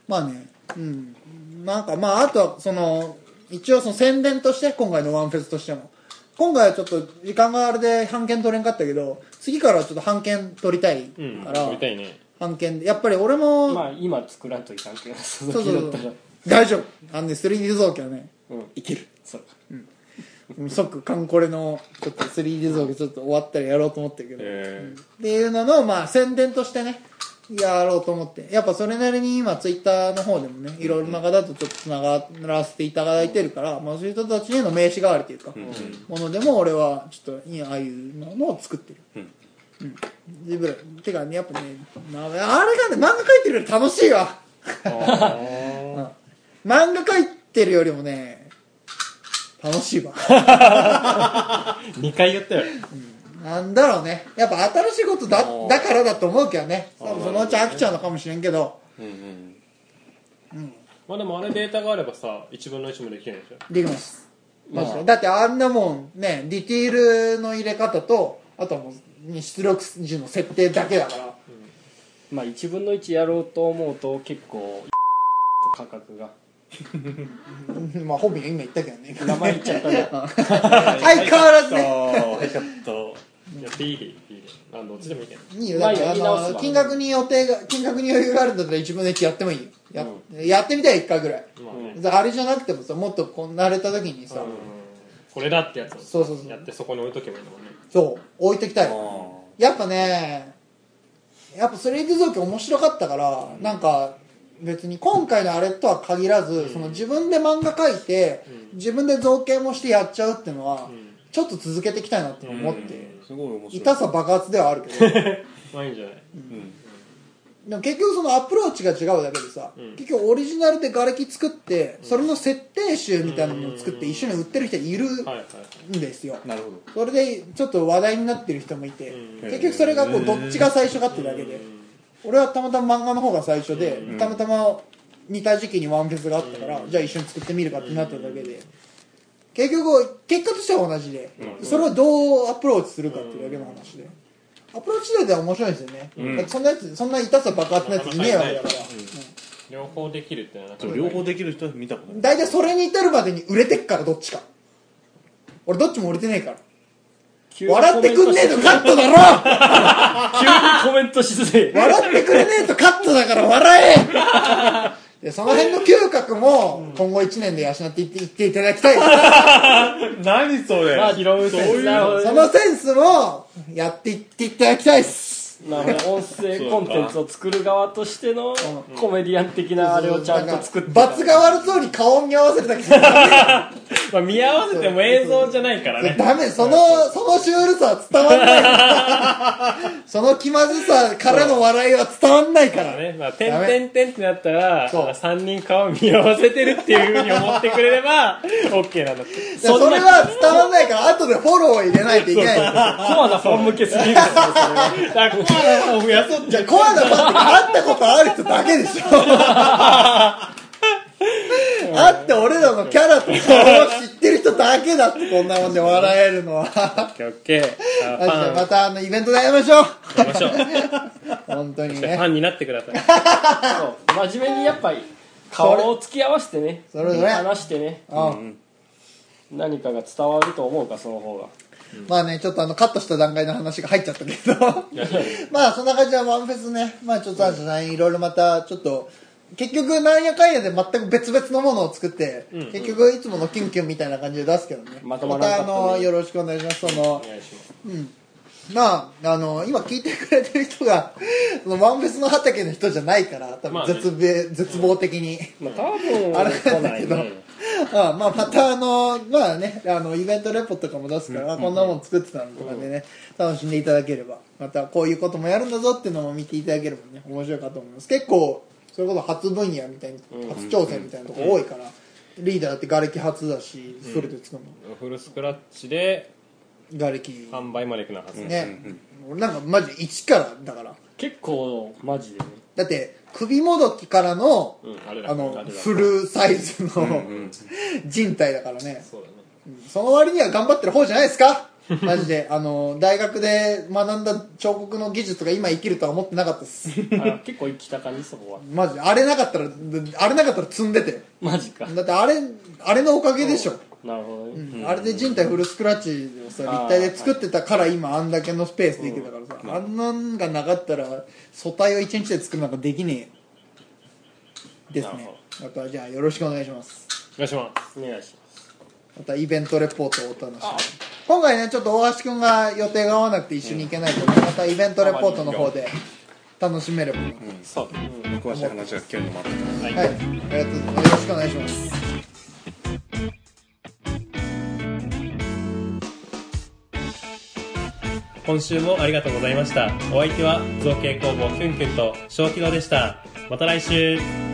まあね、うん。なんかまあ、あとは、その、一応その宣伝として、今回のワンフェスとしても。今回はちょっと時間があれで半券取れんかったけど、次からはちょっと半券取りたいから、 うん、取りたいね。 半券で。やっぱり俺も、 まあ今作らんといかんけど、 そうそうそう。大丈夫。あのね、スリーディー 造形はね、 うん、 いける。 そうか。 即カンコレのちょっと スリーディー 造形ちょっと終わったらやろうと思ってるけど、 えー、 っていうののまあ宣伝としてねやろうと思って、やっぱそれなりに今ツイッターの方でもねいろいろな方とちょっとつながらせていただいてるから、まあ、そういう人たちへの名刺代わりというか、うん、ものでも俺はちょっとああいうのを作ってる、うんうん、自分らてかねやっぱね、まあ、あれがね漫画描いてるより楽しいわうん、漫画描いてるよりもね楽しいわにかい言ったよ、 うん、なんだろうねやっぱ新しいことだだからだと思うけどね、多分そのうち飽きちゃうのかもしれんけど、うんうんうん、まあでもあれデータがあればさいちぶんのいちもできるんでしょ。 できます、まあ、だってあんなもんねディティールの入れ方とあとはもう出力時の設定だけだから、うん、 まあいちぶんのいちやろうと思うと結構価格がまあ本名今言ったけどね名前言っちゃったね相変わらずねちょっとやっていいでいいであどっちでもいいけどいいよだってあの金額に予定が金額に余裕があるんだったらいちぶんのいちやってもいいよ や,、うん、やってみたいいっかいぐらい、まあね、あれじゃなくてもさもっとこう慣れた時にさ、うん、 これだってやつをそうそうそうやってそこに置いとけばいいのもんね。 そう置いときたいやっぱねやっぱ スリーディー 造形面白かったから、うん、なんか別に今回のあれとは限らず、うん、その自分で漫画描いて、うん、自分で造形もしてやっちゃうっていうのは、うん、ちょっと続けていきたいなって思って、うん、すごい面白い痛さ爆発ではあるけどまあいいんじゃない、うんうんでも結局そのアプローチが違うだけでさ、うん、結局オリジナルで瓦礫作って、うん、それの設定集みたいなのを作って一緒に売ってる人いるんですよ。 なるほど。 それでちょっと話題になってる人もいて、うん、結局それがこうどっちが最初かってだけで、俺はたまたま漫画の方が最初で、うん、たまたま似た時期にワンフェスがあったから、うん、じゃあ一緒に作ってみるかってなっただけで、結局結果としては同じで、うん、それをどうアプローチするかっていうだけの話で。アプローチでは面白いですよね、うん、そんなやつそんな痛さ爆発のやついねえわけだから、うん、 両方できるってのはなかなか両方できる人は見たことない。 大体それに至るまでに売れてっからどっちか俺どっちも売れてねえから笑ってくんねえとカットだろ急にコメントしづれ笑ってくれねえとカットだから笑えでその辺の嗅覚も今後いちねんで養っていって、いっていただきたい何それ、まあ、 拾うセンスなるほど、ね、 そのセンスもやっていっていただきたいっす。 なるほど音声コンテンツを作る側としてのコメディアン的なあれをちゃんと作って罰が悪そうに顔を見合わせるだけじゃまあ見合わせても映像じゃないからねダメそのそのシュールさは伝わんないその気まずさからの笑いは伝わんないからね。まあ点々点ってなったらさんにん顔見合わせてるっていう風に思ってくれれば OK なんだって。 それは伝わんないから後でフォローを入れないといけないコアなファン向けすぎるんですよそれはじゃあコアなファンって会ったことある人だけでしょ会って俺らのキャラと顔を知ってる人だけだってこんなもんで笑えるのはオッケーオッケーじゃあまたあのイベントでやりましょうやりましょう本当にねファンになってくださいそう真面目にやっぱり顔を突き合わせてねそれそれ話してね、うん、何かが伝わると思うかその方がうん、まあねちょっとあのカットした段階の話が入っちゃったけどまあそんな感じでワンフェスねまあちょっとあるじゃないいろいろまたちょっと結局なんやかんやで全く別々のものを作って、うんうん、結局いつものキュンキュンみたいな感じで出すけどねまたまたあのよろしくお願いしますそのうんまああの今聞いてくれてる人がそのワンフェスの畑の人じゃないから多分絶,、まあね、絶望的に、 まあ、多分あれなんだけど、ねああまあ、またあのまあねあのイベントレポとかも出すから、うん、こんなもん作ってたのとかでね、うん、楽しんでいただければまたこういうこともやるんだぞっていうのも見ていただければね面白いかと思います。結構それこそ初分野みたいに、うん、初挑戦みたいなとこ多いから、うん、リーダーだって瓦礫初だしフルで作るの、 うん、フルスクラッチで瓦礫販売までいくなはずね、うん、俺なんかマジで一からだから結構マジでねだって首もどきからの、うん、あれあのフルサイズの、うんうん、人体だからね。そうだね、うん、その割には頑張ってる方じゃないですかマジであの大学で学んだ彫刻の技術が今生きるとは思ってなかったですあ結構生きた感じそこはマジであれなかったらあれなかったら積んでてマジかだってあれあれのおかげでしょ、 なるほどね、 うん、あれで人体フルスクラッチをさ立体で作ってたから今あんだけのスペースできたからさ、うん、あんなんがなかったら素体をいちにちで作るなんかできねえよですね。またじゃあよろしくお願いします。 お願いしますお願いします。 またイベントレポートをお楽しみに。今回ねちょっと大橋くんが予定が合わなくて一緒に行けないけど、うん、またイベントレポートの方で楽しめれば、うん、 そうだ、うん、詳しい話が聞けるのもあったはい、はい、ありがとうございます。よろしくお願いします。 今週もありがとうございました。お相手は造形工房キュンキュンと小規模でした。また来週。